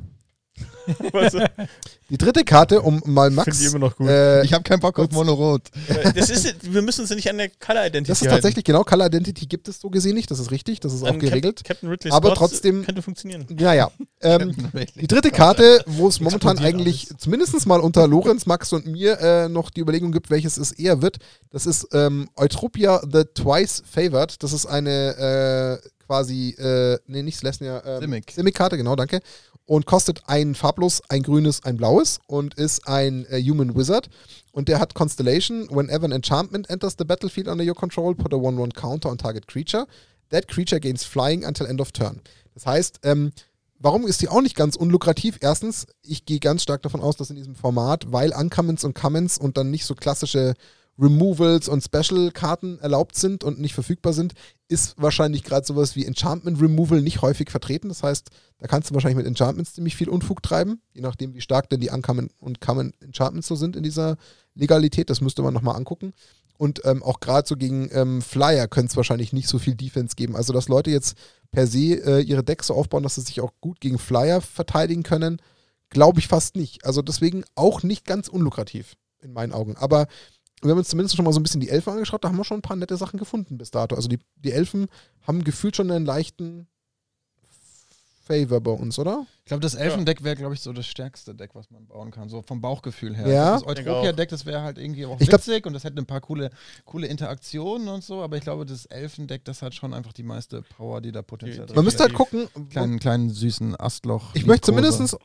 Die dritte Karte, um mal Max... Finde ich immer noch gut. Ich habe keinen Bock auf Mono-Rot. Wir müssen uns ja nicht an der Color Identity Das ist tatsächlich, genau, Color Identity gibt es so gesehen nicht, das ist richtig, das ist auch geregelt. Captain Ridley aber Scott trotzdem könnte funktionieren. Naja, die dritte Karte, wo es momentan eigentlich zumindest mal unter Lorenz, Max und mir noch die Überlegung gibt, welches es eher wird, das ist Eutropia the Twice Favored. Das ist eine nicht Selesnya, Simic-Karte, genau, danke. Und kostet ein farblos, ein grünes, ein blaues und ist ein Human Wizard. Und der hat Constellation. Whenever an enchantment enters the battlefield under your control, put a 1/1 counter on target creature. That creature gains flying until end of turn. Das heißt, warum ist die auch nicht ganz unlukrativ? Erstens, ich gehe ganz stark davon aus, dass in diesem Format, weil Uncommons und Commons und dann nicht so klassische Removals und Special-Karten erlaubt sind und nicht verfügbar sind, ist wahrscheinlich gerade sowas wie Enchantment Removal nicht häufig vertreten. Das heißt, da kannst du wahrscheinlich mit Enchantments ziemlich viel Unfug treiben, je nachdem, wie stark denn die Uncommon und Common Enchantments so sind in dieser Legalität. Das müsste man nochmal angucken. Und auch gerade so gegen Flyer könnte es wahrscheinlich nicht so viel Defense geben. Also, dass Leute jetzt per se ihre Decks so aufbauen, dass sie sich auch gut gegen Flyer verteidigen können, glaube ich fast nicht. Also deswegen auch nicht ganz unlukrativ in meinen Augen. Aber wir haben uns zumindest schon mal so ein bisschen die Elfen angeschaut, da haben wir schon ein paar nette Sachen gefunden bis dato. Also die Elfen haben gefühlt schon einen leichten Favor bei uns, oder? Ich glaube, das Elfendeck wäre, glaube ich, so das stärkste Deck, was man bauen kann, so vom Bauchgefühl her. Ja. Das Eutropia-Deck, das wäre halt irgendwie auch witzig und das hätte ein paar coole Interaktionen und so, aber ich glaube, das Elfendeck, das hat schon einfach die meiste Power, die da potenziell drin Man müsste halt gucken. Kleinen süßen Astloch. Ich möchte zumindest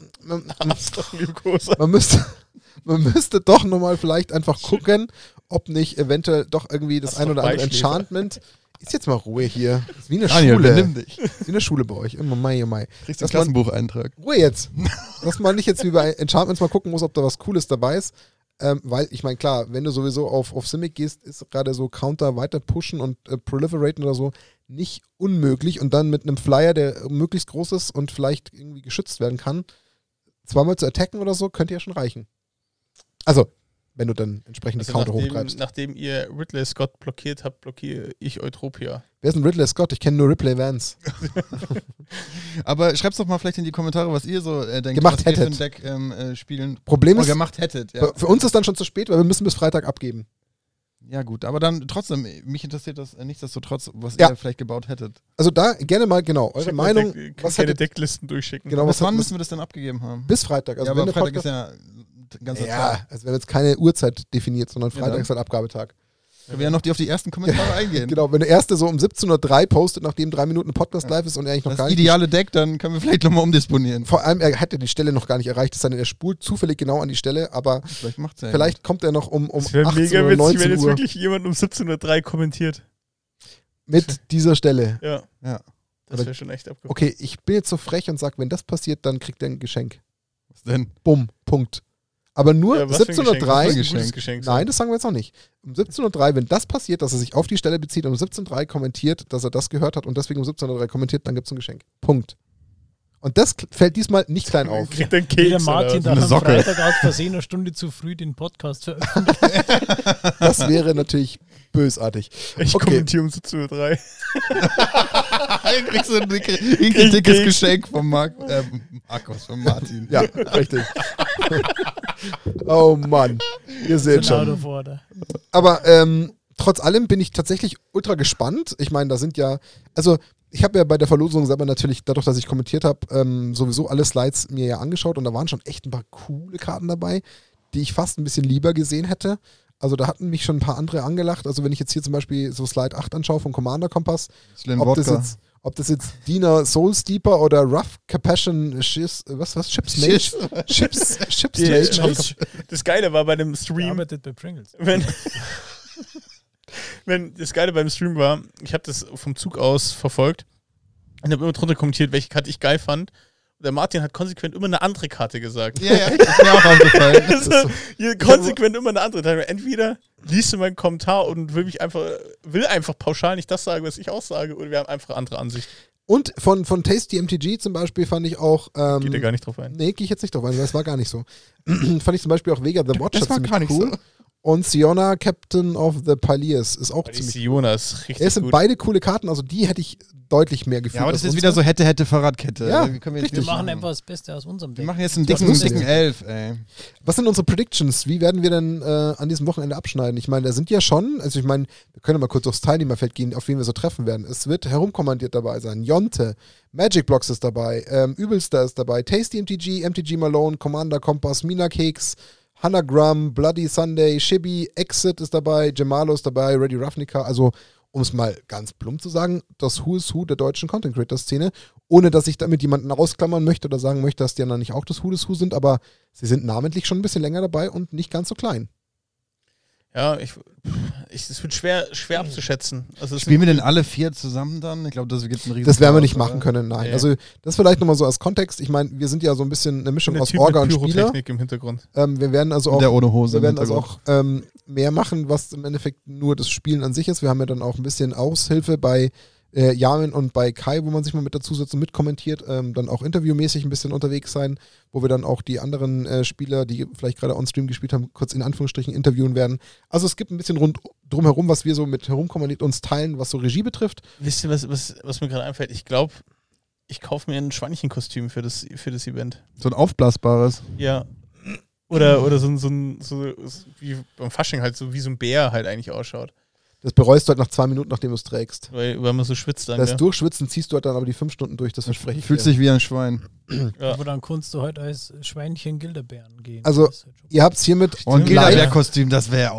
man müsste doch nochmal vielleicht einfach gucken, ob nicht eventuell doch irgendwie das ein oder andere Enchantment. Ist jetzt mal Ruhe hier. Ist wie eine Daniel, Schule. benimm dich. Ist wie eine Schule bei euch. Immer Mai, Mai. Kriegst du einen Klassenbucheintrag. Ruhe jetzt. Dass man nicht jetzt wie bei Enchantments mal gucken muss, ob da was Cooles dabei ist. Weil, ich meine, klar, wenn du sowieso auf Simic gehst, ist gerade so Counter weiter pushen und proliferaten oder so nicht unmöglich. Und dann mit einem Flyer, der möglichst groß ist und vielleicht irgendwie geschützt werden kann, zweimal zu attacken oder so, könnte ja schon reichen. Also, wenn du dann entsprechend die Counter hochtreibst. Nachdem ihr Ridley Scott blockiert habt, blockiere ich Eutropia. Wer ist denn Ridley Scott? Ich kenne nur Ripley Vance. Aber schreibt's doch mal vielleicht in die Kommentare, was ihr so denkt, gemacht was ihr hättet. für ein Deck spielen Problem ist, gemacht hättet. Ja. Für uns ist dann schon zu spät, weil wir müssen bis Freitag abgeben. Ja gut, aber dann trotzdem, mich interessiert das nichtsdestotrotz, was ihr vielleicht gebaut hättet. Also da gerne mal, genau, eure Meinung. Was keine Decklisten durchschicken. Genau, bis wann müssen wir das denn abgegeben haben? Bis Freitag. Also ja, wenn aber der Freitag ist ja ein ganzer Tag. Also wir haben jetzt keine Uhrzeit definiert, sondern Freitag ist halt Abgabetag. Können wir ja noch auf die ersten Kommentare eingehen. Genau, wenn der erste so um 17:03 Uhr postet, nachdem 3 Minuten Podcast live ist und er eigentlich noch das gar nicht... Das ideale Deck, dann können wir vielleicht nochmal umdisponieren. Vor allem, er hat ja die Stelle noch gar nicht erreicht, es sei denn, er spult zufällig genau an die Stelle, aber vielleicht kommt er noch um 18 oder 19 Uhr. Wenn jetzt wirklich jemand um 17:03 Uhr kommentiert. Mit dieser Stelle. Ja. Das wäre schon echt abgefahren. Okay, ich bin jetzt so frech und sage, wenn das passiert, dann kriegt er ein Geschenk. Was denn? Bumm, Punkt. Aber nur 17:03 Uhr. Nein, das sagen wir jetzt noch nicht. Um 17:03 Uhr, wenn das passiert, dass er sich auf die Stelle bezieht, um 17:03 Uhr kommentiert, dass er das gehört hat und deswegen um 17:03 Uhr kommentiert, dann gibt es ein Geschenk. Punkt. Und das fällt diesmal nicht klein auf. Kriegt ein Keks der Martin dann am Socke. Freitag aus Versehen eine Stunde zu früh den Podcast veröffentlicht. Das wäre natürlich bösartig. Ich kommentiere um 17:03 Uhr. Dann kriegst du ein dickes Geschenk von Markus, von Martin. Ja, richtig. Oh Mann, ihr seht Out schon. of order. Aber trotz allem bin ich tatsächlich ultra gespannt. Ich meine, da sind ja, also ich habe ja bei der Verlosung selber natürlich, dadurch, dass ich kommentiert habe, sowieso alle Slides mir ja angeschaut und da waren schon echt ein paar coole Karten dabei, die ich fast ein bisschen lieber gesehen hätte. Also da hatten mich schon ein paar andere angelacht. Also wenn ich jetzt hier zum Beispiel so Slide 8 anschaue vom Commander Kompass, ob das jetzt Dina Soul Steeper oder Rough Capassion Chips Mage? Chips Mage. Das Geile war bei dem Stream, Arbeitet bei Pringles. wenn das Geile beim Stream war, ich habe das vom Zug aus verfolgt und habe immer drunter kommentiert, welche Karte ich geil fand. Und der Martin hat konsequent immer eine andere Karte gesagt. Ja, das ist mir auch aufgefallen. Also, konsequent immer eine andere. Entweder liest du meinen Kommentar und will einfach pauschal nicht das sagen, was ich auch sage, oder wir haben einfach andere Ansichten. Und von Tasty MTG zum Beispiel fand ich auch. Geht ja gar nicht drauf ein. Nee, gehe ich jetzt nicht drauf ein, weil das war gar nicht so. Fand ich zum Beispiel auch Vega the Watcher Das war ziemlich gar nicht cool. so. Und Siona, Captain of the Paliers, ist auch Die ziemlich Siona ist richtig Es sind gut. beide coole Karten, also die hätte ich deutlich mehr gefühlt. Ja, aber das als ist wieder unsere. so hätte Fahrradkette. Ja, Wie können wir jetzt Wir nicht machen machen? einfach das Beste aus unserem Wir Deck. machen jetzt einen Das ist lustig. dicken Elf, ey. Was sind unsere Predictions? Wie werden wir denn an diesem Wochenende abschneiden? Ich meine, da sind ja schon, also ich meine, wir können ja mal kurz aufs Teilnehmerfeld gehen, auf wen wir so treffen werden. Es wird herumkommandiert dabei sein. Jonte, Magic Blocks ist dabei, Übelster ist dabei, Tasty MTG Malone, Commander Kompass, Mina Keks, Hanagram, Bloody Sunday, Shibi, Exit ist dabei, Gemalo ist dabei, Ready Ravnica, also um es mal ganz plump zu sagen, das Who is Who der deutschen Content Creator Szene, ohne dass ich damit jemanden ausklammern möchte oder sagen möchte, dass die anderen nicht auch das Who is Who sind, aber sie sind namentlich schon ein bisschen länger dabei und nicht ganz so klein. Ja, es wird schwer abzuschätzen. Also es Spielen wir denn alle 4 zusammen dann? Ich glaube, das gibt einen riesen Das werden wir nicht Chaos, machen oder? können, nein. Nee. Also das vielleicht nochmal so als Kontext. Ich meine, wir sind ja so ein bisschen eine Mischung der aus Typ Orga mit und Spieler. Pyrotechnik im Hintergrund. Wir werden also auch Der ohne Hose. Wir im werden also Hintergrund. auch mehr machen, was im Endeffekt nur das Spielen an sich ist. Wir haben ja dann auch ein bisschen Aushilfe bei Yamin und bei Kai, wo man sich mal mit dazusetzt und mitkommentiert, dann auch interviewmäßig ein bisschen unterwegs sein, wo wir dann auch die anderen Spieler, die vielleicht gerade on-stream gespielt haben, kurz in Anführungsstrichen interviewen werden. Also es gibt ein bisschen drumherum, was wir so mit herumkommentiert uns teilen, was so Regie betrifft. Wisst ihr, was mir gerade einfällt? Ich glaube, ich kaufe mir ein Schweinchenkostüm für das Event. So ein aufblasbares. Ja. Oder so wie beim Fasching halt, so wie so ein Bär halt eigentlich ausschaut. Das bereust du halt nach 2 Minuten, nachdem du es trägst. Weil man so schwitzt dann. Das gell? Durchschwitzen ziehst du halt dann aber die 5 Stunden durch, das verspreche ich Fühlt dir. sich wie ein Schwein. Ja. Aber dann kannst du heute als Schweinchen Gilderbären gehen. Also, Das ist halt schon- Ihr habt es hiermit Oh, ein live. Gilderbär-Kostüm, das wäre,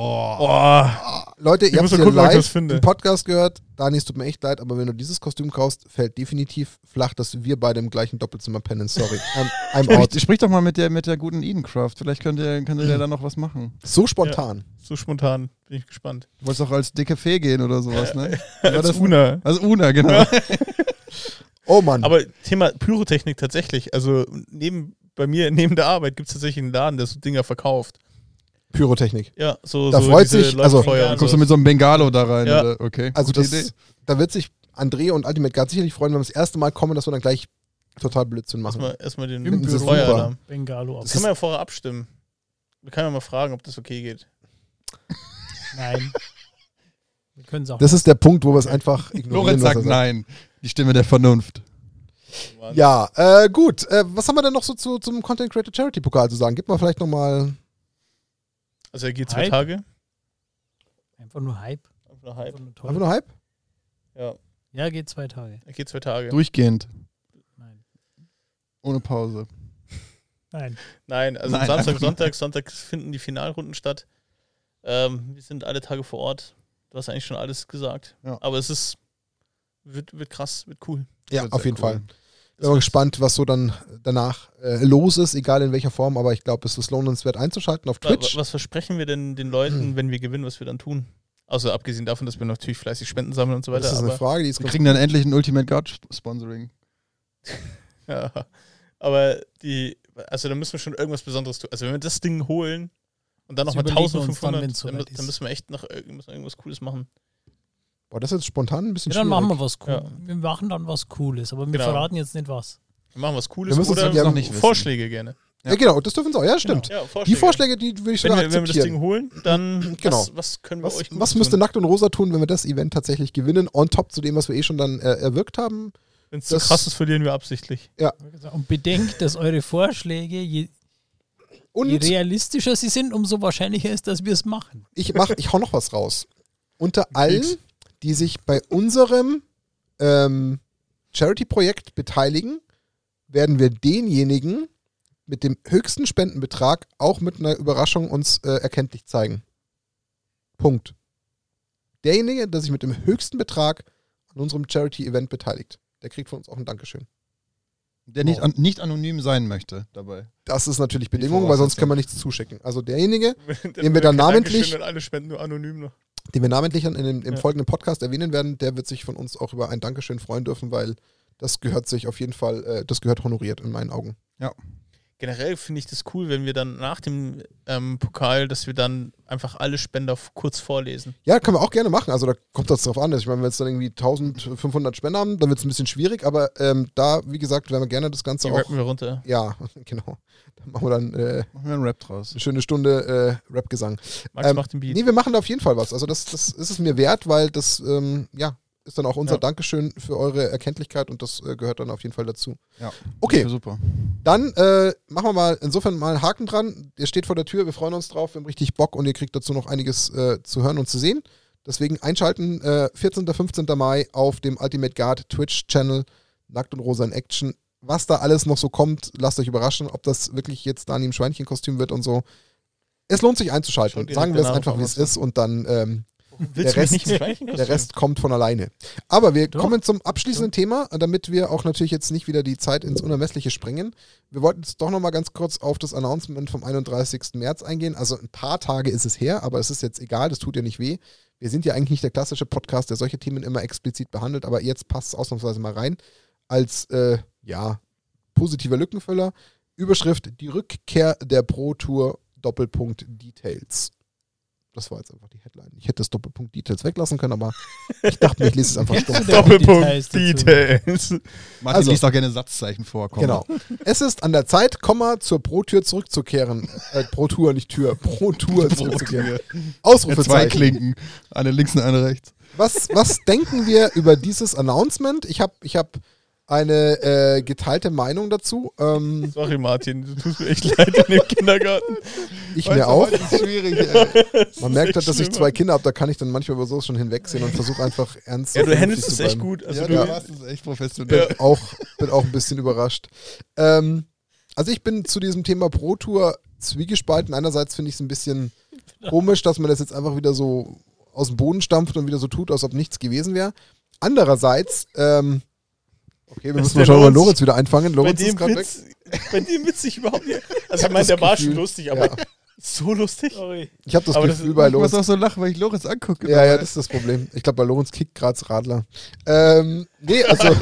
Leute, Ich ihr habt muss es mal hier gucken, ob ich live das finde. im Podcast gehört. Dani, es tut mir echt leid, aber wenn du dieses Kostüm kaufst, fällt definitiv flach, dass wir beide im gleichen Doppelzimmer pennen. Sorry. I'm out. Sprich doch mal mit der guten Edencraft. Vielleicht könnte der da noch was machen. So spontan. So spontan. Bin ich gespannt. Du wolltest auch als dicke Fee gehen oder sowas, ne? Als Una. Als Una, genau. Oh Mann. Aber Thema Pyrotechnik tatsächlich. Also bei mir neben der Arbeit gibt es tatsächlich einen Laden, der so Dinger verkauft. Pyrotechnik. Ja, so Da so freut diese sich- also- Leuchtfeuer und Kommst du so. mit so einem Bengalo da rein? Ja. Oder? Okay, Also gute Idee. da wird sich André und Ultimate Guard sicherlich freuen, wenn wir das erste Mal kommen, dass wir dann gleich total Blödsinn machen. Erstmal den Im Büro. Feueralarm. Bengalo Das auf. können wir ja vorher abstimmen. Wir können ja mal fragen, ob das okay geht. Nein. Wir können es auch Das ist der Punkt, wo wir es einfach ignorieren. Lorenz was er sagt nein. Die Stimme der Vernunft. Ja, gut. Was haben wir denn noch so zum Content Creator Charity Pokal zu sagen? Gib mal vielleicht nochmal. Also er geht 2 Hype? Tage. einfach nur Hype. Einfach nur Hype. Einfach nur toll. Einfach nur Hype? Ja, Ja, geht 2 Tage. er geht 2 Tage. Durchgehend. Nein. Ohne Pause. Nein. Nein, also Nein, Samstag, einfach Sonntag finden die Finalrunden statt. Wir sind alle Tage vor Ort. Du hast eigentlich schon alles gesagt. Ja. Aber es wird krass, wird cool. Ja, wird auf sehr jeden cool. Fall. Bin mal gespannt, was so dann danach los ist, egal in welcher Form, aber ich glaube, es ist lohnenswert einzuschalten auf Twitch. Was versprechen wir denn den Leuten, wenn wir gewinnen, was wir dann tun? Also abgesehen davon, dass wir natürlich fleißig Spenden sammeln und so weiter. Das ist eine aber, Frage, die ist Wir ganz kriegen dann endlich ein Ultimate Guard Sponsoring. ja, aber also da müssen wir schon irgendwas Besonderes tun. Also wenn wir das Ding holen und dann Das nochmal überlegen wir uns 1500, dann, wenn's soweit dann ist. müssen wir echt müssen wir irgendwas Cooles machen. Boah, das ist jetzt spontan ein bisschen Ja, dann schwierig. machen wir was Cooles. Ja. Wir machen dann was Cooles, aber wir Genau. verraten jetzt nicht was. Wir machen was Cooles Wir müssen oder uns ja noch nicht wissen. Vorschläge gerne. Ja, genau, das dürfen sie auch. Ja, stimmt. Ja, Vorschläge. Die Vorschläge, die würde ich Wenn sogar wir das akzeptieren. Ding holen, dann Genau. was können wir euch Gutes Was müsste tun? Nackt und Rosa tun, wenn wir das Event tatsächlich gewinnen, on top zu dem, was wir eh schon dann erwirkt haben? Wenn es zu das- krass ist, verlieren wir absichtlich. Und bedenkt, dass eure Vorschläge Und je realistischer sie sind, umso wahrscheinlicher ist, dass wir es machen. ich hau noch was raus. Unter allen, die sich bei unserem Charity-Projekt beteiligen, werden wir denjenigen mit dem höchsten Spendenbetrag auch mit einer Überraschung uns erkenntlich zeigen. Punkt. Derjenige, der sich mit dem höchsten Betrag an unserem Charity-Event beteiligt, der kriegt von uns auch ein Dankeschön. Der nicht anonym sein möchte dabei. Das ist natürlich Bedingung, weil sonst können wir nichts zuschicken. Also derjenige, den wir dann namentlich, alle spenden nur anonym noch. den wir namentlich im folgenden Podcast erwähnen werden, der wird sich von uns auch über ein Dankeschön freuen dürfen, weil das gehört sich auf jeden Fall, das gehört honoriert in meinen Augen. Ja. Generell finde ich das cool, wenn wir dann nach dem Pokal, dass wir dann einfach alle Spender kurz vorlesen. Ja, können wir auch gerne machen. Also da kommt das drauf an. Ich meine, wenn wir jetzt dann irgendwie 1500 Spender haben, dann wird es ein bisschen schwierig. Aber da, wie gesagt, werden wir gerne das Ganze Die auch... rappen wir runter. Ja, genau. Dann machen wir dann Machen wir einen Rap draus. eine schöne Stunde Rap-Gesang. Max macht den Beat. Nee, wir machen da auf jeden Fall was. Also das ist es mir wert, weil das, ist dann auch unser Ja. Dankeschön für eure Erkenntlichkeit und das gehört dann auf jeden Fall dazu. Ja. Okay, Super. dann machen wir mal insofern mal einen Haken dran. Der steht vor der Tür, wir freuen uns drauf, wir haben richtig Bock und ihr kriegt dazu noch einiges zu hören und zu sehen. Deswegen einschalten, 14. 15. Mai auf dem Ultimate Guard Twitch-Channel, Nackt und Rosa in Action. Was da alles noch so kommt, lasst euch überraschen, ob das wirklich jetzt Dani im Schweinchenkostüm wird und so. Es lohnt sich einzuschalten. Schaut direkt Sagen wir es danach einfach, auf wie es Amazon. ist und dann Willst du mich nicht mit Schweinchenkostüm? der Rest kommt von alleine. Aber wir Doch. kommen zum abschließenden Thema, damit wir auch natürlich jetzt nicht wieder die Zeit ins Unermessliche sprengen. Wir wollten jetzt doch nochmal ganz kurz auf das Announcement vom 31. März eingehen. Also ein paar Tage ist es her, aber es ist jetzt egal, das tut ja nicht weh. Wir sind ja eigentlich nicht der klassische Podcast, der solche Themen immer explizit behandelt, aber jetzt passt es ausnahmsweise mal rein. Als, positiver Lückenfüller. Überschrift: Die Rückkehr der Pro Tour, Doppelpunkt Details. Das war jetzt einfach die Headline. Ich hätte das Doppelpunkt Details weglassen können, aber ich dachte mir, ich lese es einfach stumpf. Details dazu. Details. Martin Also- liest auch gerne Satzzeichen vor. Komm. Genau. Es ist an der Zeit, zur Pro-Tür zurückzukehren. Pro-Tour, nicht Tür. Pro-Tour zurückzukehren. Zwei Ausrufezeichen. Klinken. Eine links und eine rechts. Was denken wir über dieses Announcement? Ich hab eine geteilte Meinung dazu. Sorry, Martin, du tust mir echt leid in dem Kindergarten. Ich mir auch. Das ist schwierig, ey. Man merkt halt, dass ich schlimm. 2 Kinder habe, da kann ich dann manchmal über sowas schon hinwegsehen und versuche einfach ernst Ja, und du vernünftig handelst es zu echt bleiben. gut. Also Ja, du, du machst es echt professionell. Bin auch ein bisschen überrascht. Also ich bin zu diesem Thema Pro Tour zwiegespalten. Einerseits finde ich es ein bisschen komisch, dass man das jetzt einfach wieder so aus dem Boden stampft und wieder so tut, als ob nichts gewesen wäre. Andererseits, okay, wir Das müssen ist mal der schauen, ob wir Lorenz. Lorenz wieder einfangen. bei Lorenz ist dem gerade weg. Witz ich überhaupt nicht. Also Ich hab ich meine, das der war Gefühl- schon lustig, aber Ja. so lustig. Ich habe das Aber das Gefühl ist- bei Ich muss Lorenz. auch so lachen, weil ich Lorenz angucke. Ja, das ist das Problem. Ich glaube, bei Lorenz kickt gerade das Radler. Nee, also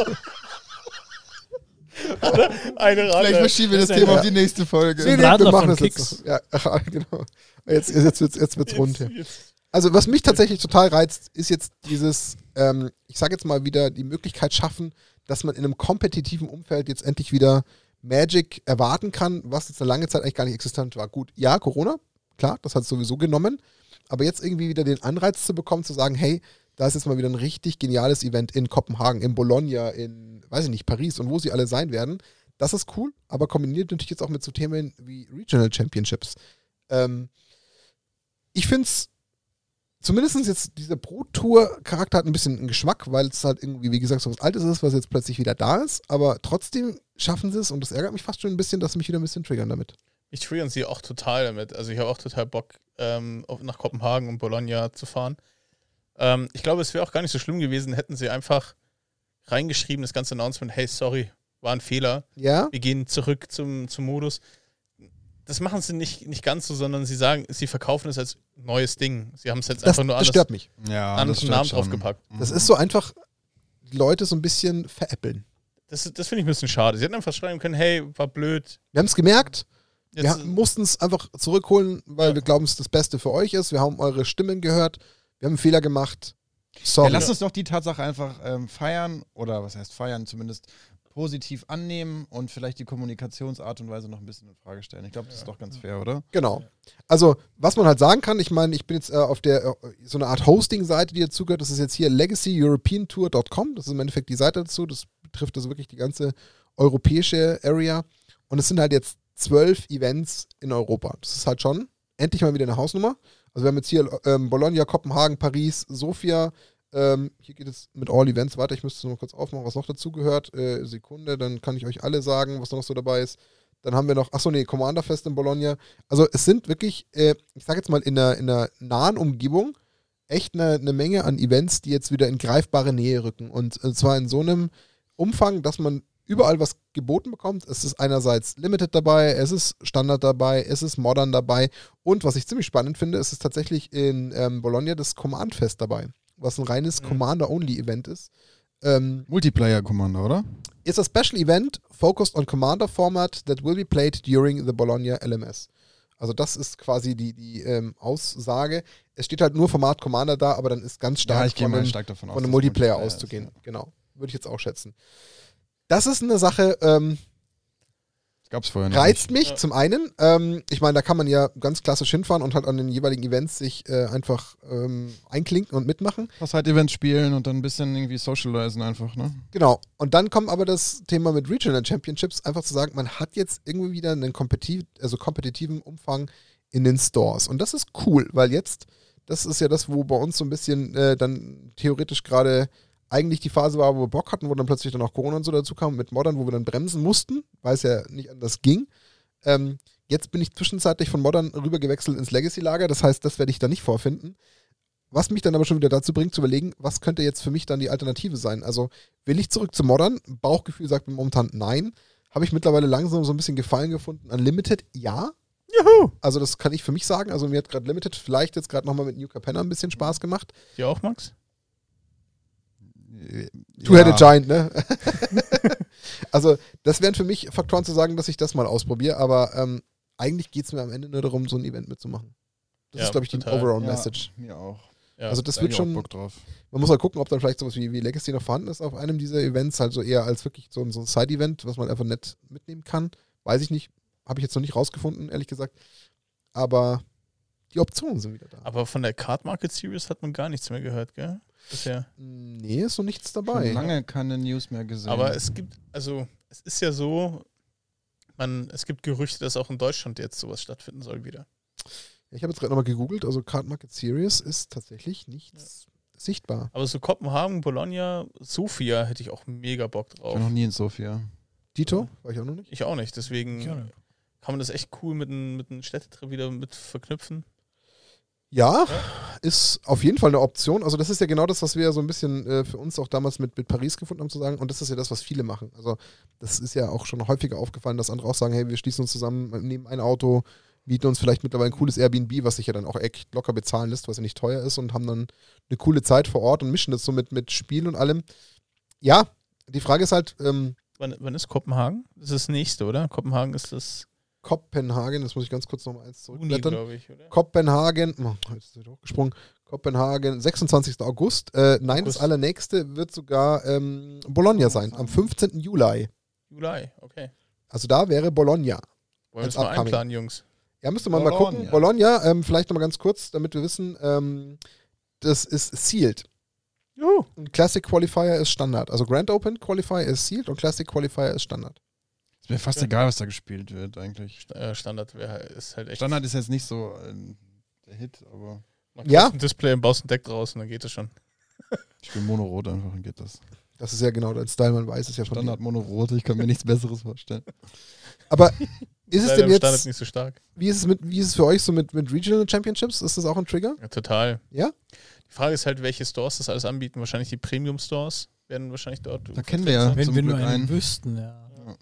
Eine Vielleicht Radler. verschieben wir das Das ist Thema ja- auf die nächste Folge. nee, Radler wir machen von das jetzt Kicks. noch. Ja, genau. Jetzt wird's rund hier. Jetzt. Also was mich tatsächlich total reizt, ist jetzt dieses, ich sage jetzt mal wieder, die Möglichkeit schaffen, dass man in einem kompetitiven Umfeld jetzt endlich wieder Magic erwarten kann, was jetzt eine lange Zeit eigentlich gar nicht existent war. Gut, ja, Corona, klar, das hat es sowieso genommen, aber jetzt irgendwie wieder den Anreiz zu bekommen, zu sagen, hey, da ist jetzt mal wieder ein richtig geniales Event in Kopenhagen, in Bologna, in, weiß ich nicht, Paris und wo sie alle sein werden, das ist cool, aber kombiniert natürlich jetzt auch mit so Themen wie Regional Championships. Ich finde es zumindest jetzt dieser Pro-Tour-Charakter hat ein bisschen einen Geschmack, weil es halt irgendwie, wie gesagt, so was Altes ist, was jetzt plötzlich wieder da ist. Aber trotzdem schaffen sie es und das ärgert mich fast schon ein bisschen, dass sie mich wieder ein bisschen triggern damit. Ich triggern sie auch total damit. Also ich habe auch total Bock, nach Kopenhagen und Bologna zu fahren. Ich glaube, es wäre auch gar nicht so schlimm gewesen, hätten sie einfach reingeschrieben, das ganze Announcement, hey, sorry, war ein Fehler. Ja? Wir gehen zurück zum Modus. Das machen sie nicht ganz so, sondern sie sagen, sie verkaufen es als neues Ding. Sie haben es jetzt Das, einfach nur das stört mich. Ja, anderen Namen draufgepackt. Das ist so einfach, die Leute so ein bisschen veräppeln. Das finde ich ein bisschen schade. Sie hätten einfach schreiben können, hey, war blöd. Wir haben es gemerkt, wir Jetzt, mussten es einfach zurückholen, weil wir glauben, es das Beste für euch ist. Wir haben eure Stimmen gehört, wir haben einen Fehler gemacht. Sorry. Ja, lass uns doch die Tatsache einfach feiern, oder was heißt feiern, zumindest positiv annehmen und vielleicht die Kommunikationsart und Weise noch ein bisschen in Frage stellen. Ich glaube, das ist doch ganz fair, oder? Genau. Also, was man halt sagen kann, ich meine, ich bin jetzt auf der so eine Art Hosting-Seite, die dazugehört. Das ist jetzt hier legacyeuropeantour.com. Das ist im Endeffekt die Seite dazu. Das betrifft also wirklich die ganze europäische Area. Und es sind halt jetzt 12 Events in Europa. Das ist halt schon endlich mal wieder eine Hausnummer. Also wir haben jetzt hier Bologna, Kopenhagen, Paris, Sofia. Hier geht es mit All Events weiter. Ich müsste es nur kurz aufmachen, was noch dazu gehört. Sekunde, dann kann ich euch alle sagen, was noch so dabei ist. Dann haben wir noch, Commander Fest in Bologna. Also es sind wirklich, ich sage jetzt mal in einer nahen Umgebung, echt eine Menge an Events, die jetzt wieder in greifbare Nähe rücken. Und zwar in so einem Umfang, dass man überall was geboten bekommt. Es ist einerseits Limited dabei, es ist Standard dabei, es ist Modern dabei. Und was ich ziemlich spannend finde, es ist tatsächlich in Bologna das Command Fest dabei, was ein reines Commander-Only-Event ist. Multiplayer-Commander, oder? Is a special event focused on Commander format that will be played during the Bologna LMS. Also das ist quasi die Aussage. Es steht halt nur Format Commander da, aber dann ist ganz stark von einem Multiplayer auszugehen. Ja. Genau, würde ich jetzt auch schätzen. Das ist eine Sache, gab's vorher noch reizt mich zum einen. Ich meine, da kann man ja ganz klassisch hinfahren und halt an den jeweiligen Events sich einfach einklinken und mitmachen. Was halt Events spielen und dann ein bisschen irgendwie socialisen einfach, ne? Genau. Und dann kommt aber das Thema mit Regional Championships, einfach zu sagen, man hat jetzt irgendwie wieder einen kompetitiven Umfang in den Stores. Und das ist cool, weil jetzt, das ist ja das, wo bei uns so ein bisschen dann theoretisch gerade eigentlich die Phase war, wo wir Bock hatten, wo dann plötzlich dann auch Corona und so dazu kam mit Modern, wo wir dann bremsen mussten, weil es ja nicht anders ging. Jetzt bin ich zwischenzeitlich von Modern rüber gewechselt ins Legacy-Lager, das heißt, das werde ich da nicht vorfinden. Was mich dann aber schon wieder dazu bringt, zu überlegen, was könnte jetzt für mich dann die Alternative sein? Also, will ich zurück zu Modern? Bauchgefühl sagt mir momentan nein. Habe ich mittlerweile langsam so ein bisschen Gefallen gefunden an Limited? Ja. Juhu! Also, das kann ich für mich sagen. Also, mir hat gerade Limited vielleicht jetzt gerade nochmal mit New Capenna ein bisschen Spaß gemacht. Dir auch, Max? Two-Headed Giant, ne? Also, das wären für mich Faktoren zu sagen, dass ich das mal ausprobiere, aber eigentlich geht es mir am Ende nur darum, so ein Event mitzumachen. Das ist, glaube ich, die Overall-Message. Ja, mir auch. Ja, also das wird schon, Bock drauf. Man muss halt gucken, ob dann vielleicht sowas wie Legacy noch vorhanden ist auf einem dieser Events, halt so eher als wirklich so ein Side-Event, was man einfach nett mitnehmen kann. Weiß ich nicht, habe ich jetzt noch nicht rausgefunden, ehrlich gesagt. Aber die Optionen sind wieder da. Aber von der Card Market Series hat man gar nichts mehr gehört, gell? Bisher. Nee, ist noch nichts dabei. Schon lange keine News mehr gesehen. Aber es ist ja so, es gibt Gerüchte, dass auch in Deutschland jetzt sowas stattfinden soll wieder. Ich habe jetzt gerade nochmal gegoogelt, also Card Market Series ist tatsächlich nichts sichtbar. Aber so Kopenhagen, Bologna, Sofia hätte ich auch mega Bock drauf. Ich war noch nie in Sofia. Dito? War ich auch noch nicht? Ich auch nicht, deswegen kann man das echt cool mit einem Städtetrip wieder mit verknüpfen. Ja, ist auf jeden Fall eine Option. Also das ist ja genau das, was wir ja so ein bisschen für uns auch damals mit Paris gefunden haben zu sagen. Und das ist ja das, was viele machen. Also das ist ja auch schon häufiger aufgefallen, dass andere auch sagen, hey, wir schließen uns zusammen, nehmen ein Auto, mieten uns vielleicht mittlerweile ein cooles Airbnb, was sich ja dann auch echt locker bezahlen lässt, was ja nicht teuer ist und haben dann eine coole Zeit vor Ort und mischen das so mit Spiel und allem. Ja, die Frage ist halt... Wann ist Kopenhagen? Das ist das nächste, oder? Kopenhagen ist das... Kopenhagen, das muss ich ganz kurz nochmal eins zurückblättern. glaube ich, oder? Kopenhagen, jetzt ist er hochgesprungen. Kopenhagen, 26. August. Nein, das allernächste wird sogar Bologna sein, am 15. Juli. Juli, okay. Also da wäre Bologna. Wollen wir uns mal einplanen, Jungs? Ja, müsste man mal gucken. Bologna, vielleicht nochmal ganz kurz, damit wir wissen, das ist sealed. Juhu. Und Classic Qualifier ist Standard. Also Grand Open Qualifier ist sealed und Classic Qualifier ist Standard. Ist mir fast egal, was da gespielt wird, eigentlich. Standard ist halt echt... Standard ist jetzt nicht so der Hit, aber... Mach ein Display und baust ein Deck draus und dann geht das schon. Ich spiele Mono-Rot einfach und geht das. Das ist ja genau dein Style, man weiß es ja von Standard Mono-Rot, ich kann mir nichts Besseres vorstellen. Aber ist es denn jetzt... Standard nicht so stark. Wie ist es für euch so mit Regional Championships? Ist das auch ein Trigger? Ja, total. Ja? Die Frage ist halt, welche Stores das alles anbieten. Wahrscheinlich die Premium-Stores werden wahrscheinlich dort... Da kennen wir ja wenn zum wir Glück nur einen einen. wüssten, ja.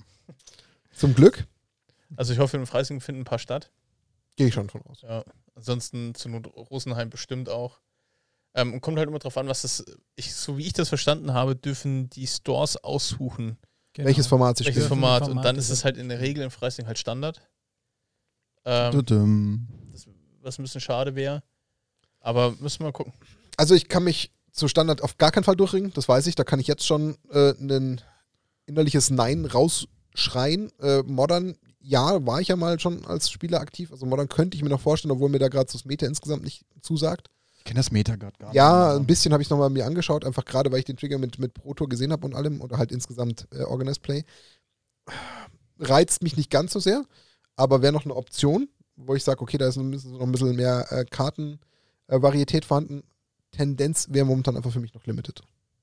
Zum Glück? Also ich hoffe, in Freising finden ein paar statt. Gehe ich schon von aus. Ja, ansonsten zu Rosenheim bestimmt auch. Und kommt halt immer drauf an, was so wie ich das verstanden habe, dürfen die Stores aussuchen. Genau. Welches Format sie Welches spielen. Format. Und dann ist es halt in der Regel in Freising halt Standard. Was ein bisschen schade wäre. Aber müssen wir mal gucken. Also ich kann mich zu Standard auf gar keinen Fall durchringen, das weiß ich. Da kann ich jetzt schon ein innerliches Nein rausschreien. Modern, ja, war ich ja mal schon als Spieler aktiv. Also Modern könnte ich mir noch vorstellen, obwohl mir da gerade so das Meta insgesamt nicht zusagt. Ich kenne das Meta gerade gar nicht. Ja, ein bisschen habe ich nochmal mir angeschaut, einfach gerade, weil ich den Trigger mit Pro Tour gesehen habe und allem oder halt insgesamt Organized Play. Reizt mich nicht ganz so sehr, aber wäre noch eine Option, wo ich sage, okay, da ist noch ein bisschen mehr Kartenvarietät vorhanden. Tendenz wäre momentan einfach für mich noch Limited.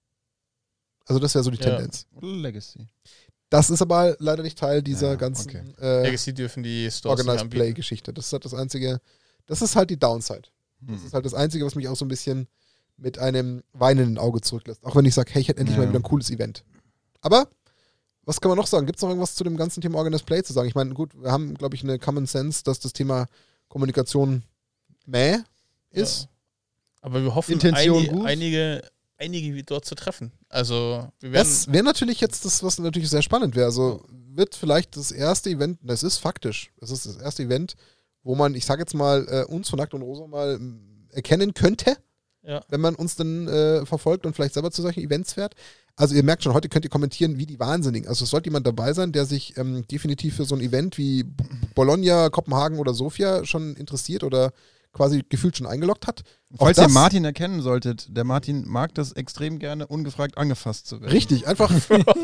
Also das wäre so die Tendenz. Legacy. Das ist aber leider nicht Teil dieser ganzen Legacy dürfen die Stores Organized Play-Geschichte. Das ist halt das Einzige, das ist halt die Downside. Das ist halt das Einzige, was mich auch so ein bisschen mit einem weinenden Auge zurücklässt. Auch wenn ich sage, hey, ich hätte endlich mal wieder ein cooles Event. Aber, was kann man noch sagen? Gibt es noch irgendwas zu dem ganzen Thema Organized Play zu sagen? Ich meine, gut, wir haben, glaube ich, eine Common Sense, dass das Thema Kommunikation ist. Ja. Aber wir hoffen, einige dort zu treffen. Also, wir werden. Das wäre natürlich jetzt das, was natürlich sehr spannend wäre. Also, wird vielleicht das erste Event, das ist faktisch, das ist das erste Event, wo man, ich sage jetzt mal, uns von Nackt und Rosa mal erkennen könnte, wenn man uns dann verfolgt und vielleicht selber zu solchen Events fährt. Also ihr merkt schon, heute könnt ihr kommentieren wie die Wahnsinnigen. Also es sollte jemand dabei sein, der sich definitiv für so ein Event wie Bologna, Kopenhagen oder Sofia schon interessiert oder quasi gefühlt schon eingeloggt hat. Falls ihr Martin erkennen solltet, der Martin mag das extrem gerne, ungefragt angefasst zu werden. Richtig, einfach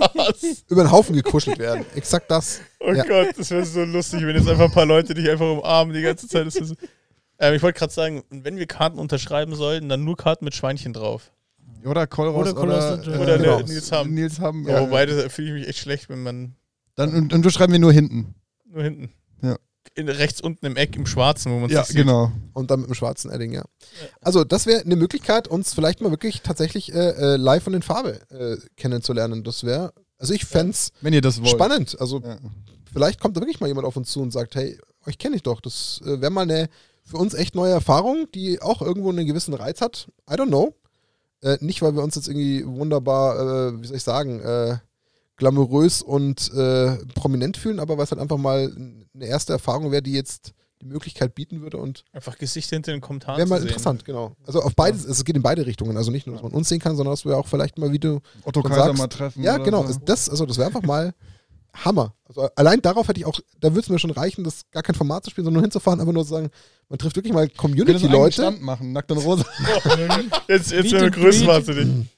über den Haufen gekuschelt werden. Exakt das. Oh Gott, das wäre so lustig, wenn jetzt einfach ein paar Leute dich einfach umarmen die ganze Zeit. Ich wollte gerade sagen, wenn wir Karten unterschreiben sollten, dann nur Karten mit Schweinchen drauf. Oder Kolros oder genau. Nils Hamm. Ja. Wobei, da fühle ich mich echt schlecht, wenn man... Dann unterschreiben wir nur hinten. Nur hinten. Ja. Rechts unten im Eck, im Schwarzen, wo man es sieht. Ja, genau. Und dann mit dem schwarzen Edding, ja. Also das wäre eine Möglichkeit, uns vielleicht mal wirklich tatsächlich live und in Farbe kennenzulernen. Das wäre, also ich fände es spannend. Also vielleicht kommt da wirklich mal jemand auf uns zu und sagt, hey, euch kenne ich doch. Das wäre mal eine für uns echt neue Erfahrung, die auch irgendwo einen gewissen Reiz hat. I don't know. Nicht, weil wir uns jetzt irgendwie wunderbar, wie soll ich sagen, glamourös und prominent fühlen, aber weil es halt einfach mal eine erste Erfahrung wäre, die jetzt die Möglichkeit bieten würde und einfach Gesichter hinter den Kommentaren wäre mal interessant, genau. Also auf beides, es geht in beide Richtungen, also nicht nur, dass man uns sehen kann, sondern dass wir auch vielleicht mal, wie du Otto Kaiser mal treffen. Ja, genau, so. Das wäre einfach mal Hammer. Also allein darauf hätte ich auch, da würde es mir schon reichen, das gar kein Format zu spielen, sondern nur hinzufahren, einfach nur zu sagen, man trifft wirklich mal Community-Leute. Stand machen, Nackt und Rosa. jetzt werden wir größenwahnsinnig.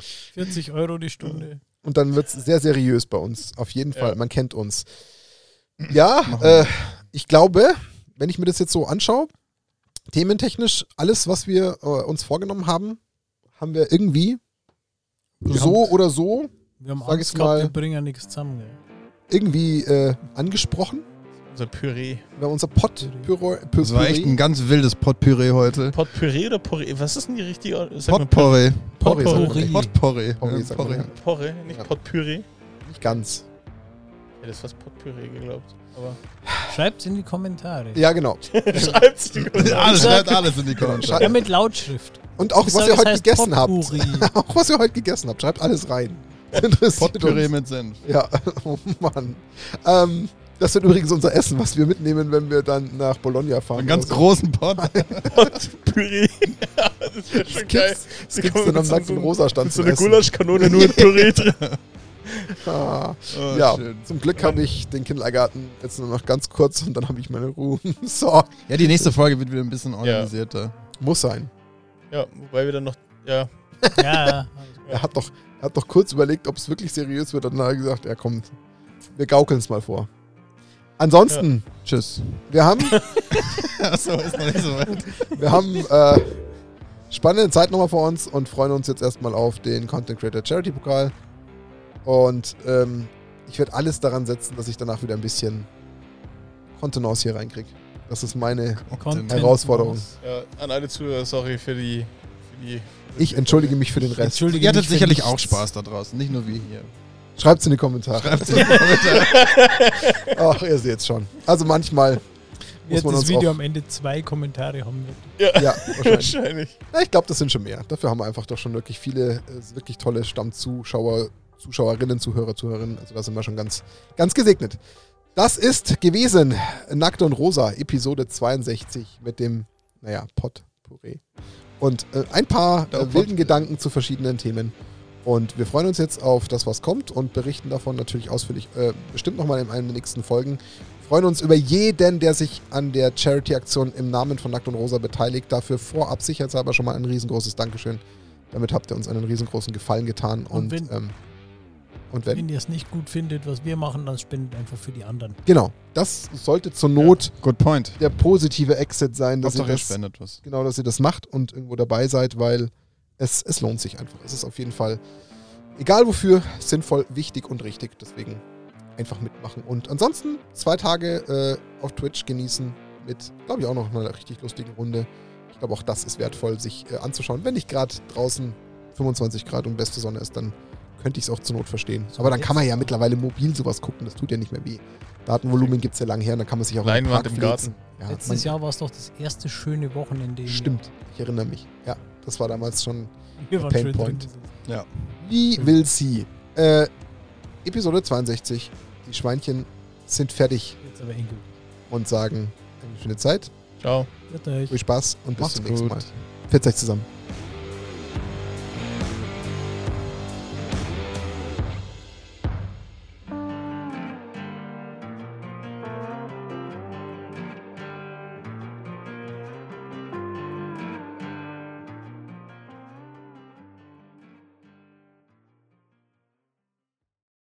40 € die Stunde. Und dann wird es sehr seriös bei uns, auf jeden Fall. Man kennt uns. Ja, ich glaube, wenn ich mir das jetzt so anschaue, thementechnisch, alles, was wir uns vorgenommen haben, haben wir irgendwie oder so, wir haben Angst gehabt, wir bringen ja nichts zusammen. Gell? Irgendwie angesprochen. Unser Püree. Wir haben unser Potpüree. Das war echt ein ganz wildes Potpüree heute. Potpüree oder Porree? Was ist denn die richtige? Potporree. Potporree. Porree, nicht Potpüree. Nicht ganz. Ja, das ist fast Potpüree geglaubt. Aber schreibt's in die Kommentare. Ja, genau. Schreibt's in die Kommentare. Schreibt alles in die Kommentare. Ja, mit Lautschrift. Und auch, was ihr heute gegessen habt. Auch, was ihr heute gegessen habt. Schreibt alles rein. Potpüree mit Senf. Ja, oh Mann. Das wird übrigens unser Essen, was wir mitnehmen, wenn wir dann nach Bologna fahren. Einen ganz großen Pot. Potpüree. Ja, das wäre schon geil. Das gibt's dann am Nackt und Rosa Stand mit so einer Gulaschkanone nur mit Püree drin. Ja, schön. Zum Glück habe ich den Kindergarten jetzt nur noch ganz kurz und dann habe ich meine Ruhe. So. Ja, die nächste Folge wird wieder ein bisschen organisierter. Muss sein. Ja, wobei wir dann noch, ja. Er hat doch kurz überlegt, ob es wirklich seriös wird und dann hat er gesagt, ja komm, wir gaukeln es mal vor. Ansonsten, tschüss. Wir haben Achso, ist noch nicht so weit. Wir haben spannende Zeit nochmal vor uns und freuen uns jetzt erstmal auf den Content Creator Charity Pokal. Und ich werde alles daran setzen, dass ich danach wieder ein bisschen Kontenance hier reinkriege. Das ist meine Herausforderung. Ja, an alle Zuhörer, sorry für die ich entschuldige mich für den Rest. Ihr hattet sicherlich auch Spaß da draußen, nicht nur wir hier. Schreibt's in die Kommentare. Ach, ihr seht's schon. Also manchmal muss man das Video am Ende 2 Kommentare haben wird. Ja, wahrscheinlich. Ja, ich glaube, das sind schon mehr. Dafür haben wir einfach doch schon wirklich viele wirklich tolle Stammzuschauer, Zuschauerinnen, Zuhörerinnen. Also da sind wir schon ganz, ganz gesegnet. Das ist gewesen Nackt und Rosa, Episode 62 mit dem, Potpüree. Und ein paar wilden Gedanken zu verschiedenen Themen. Und wir freuen uns jetzt auf das, was kommt und berichten davon natürlich ausführlich, bestimmt nochmal in einer der nächsten Folgen. Wir freuen uns über jeden, der sich an der Charity-Aktion im Namen von Nackt und Rosa beteiligt. Dafür vorab sicherheitshalber schon mal ein riesengroßes Dankeschön. Damit habt ihr uns einen riesengroßen Gefallen getan. Und Und wenn ihr es nicht gut findet, was wir machen, dann spendet einfach für die anderen. Genau, das sollte zur Not Good point. der positive Exit sein, dass ihr, spendet was. Genau, dass ihr das macht und irgendwo dabei seid, weil es lohnt sich einfach. Es ist auf jeden Fall, egal wofür, sinnvoll, wichtig und richtig. Deswegen einfach mitmachen. Und ansonsten 2 Tage auf Twitch genießen mit, glaube ich, auch noch einer richtig lustigen Runde. Ich glaube, auch das ist wertvoll, sich anzuschauen. Wenn nicht gerade draußen 25 Grad und beste Sonne ist, dann könnte ich es auch zur Not verstehen. Aber dann kann man ja mittlerweile mobil sowas gucken. Das tut ja nicht mehr weh. Datenvolumen gibt es ja lange her. Dann kann man sich auch Leinwand im Garten. Ja, letztes Jahr war es doch das erste schöne Wochenende. Stimmt, ich erinnere mich. Ja, das war damals schon ein Painpoint. Ja. Wie will sie? Episode 62. Die Schweinchen sind fertig Jetzt aber endgültig. und sagen eine schöne Zeit. Ciao. Bitte euch. Viel Spaß und bis Macht's zum nächsten gut. Mal. Pfiat euch zusammen.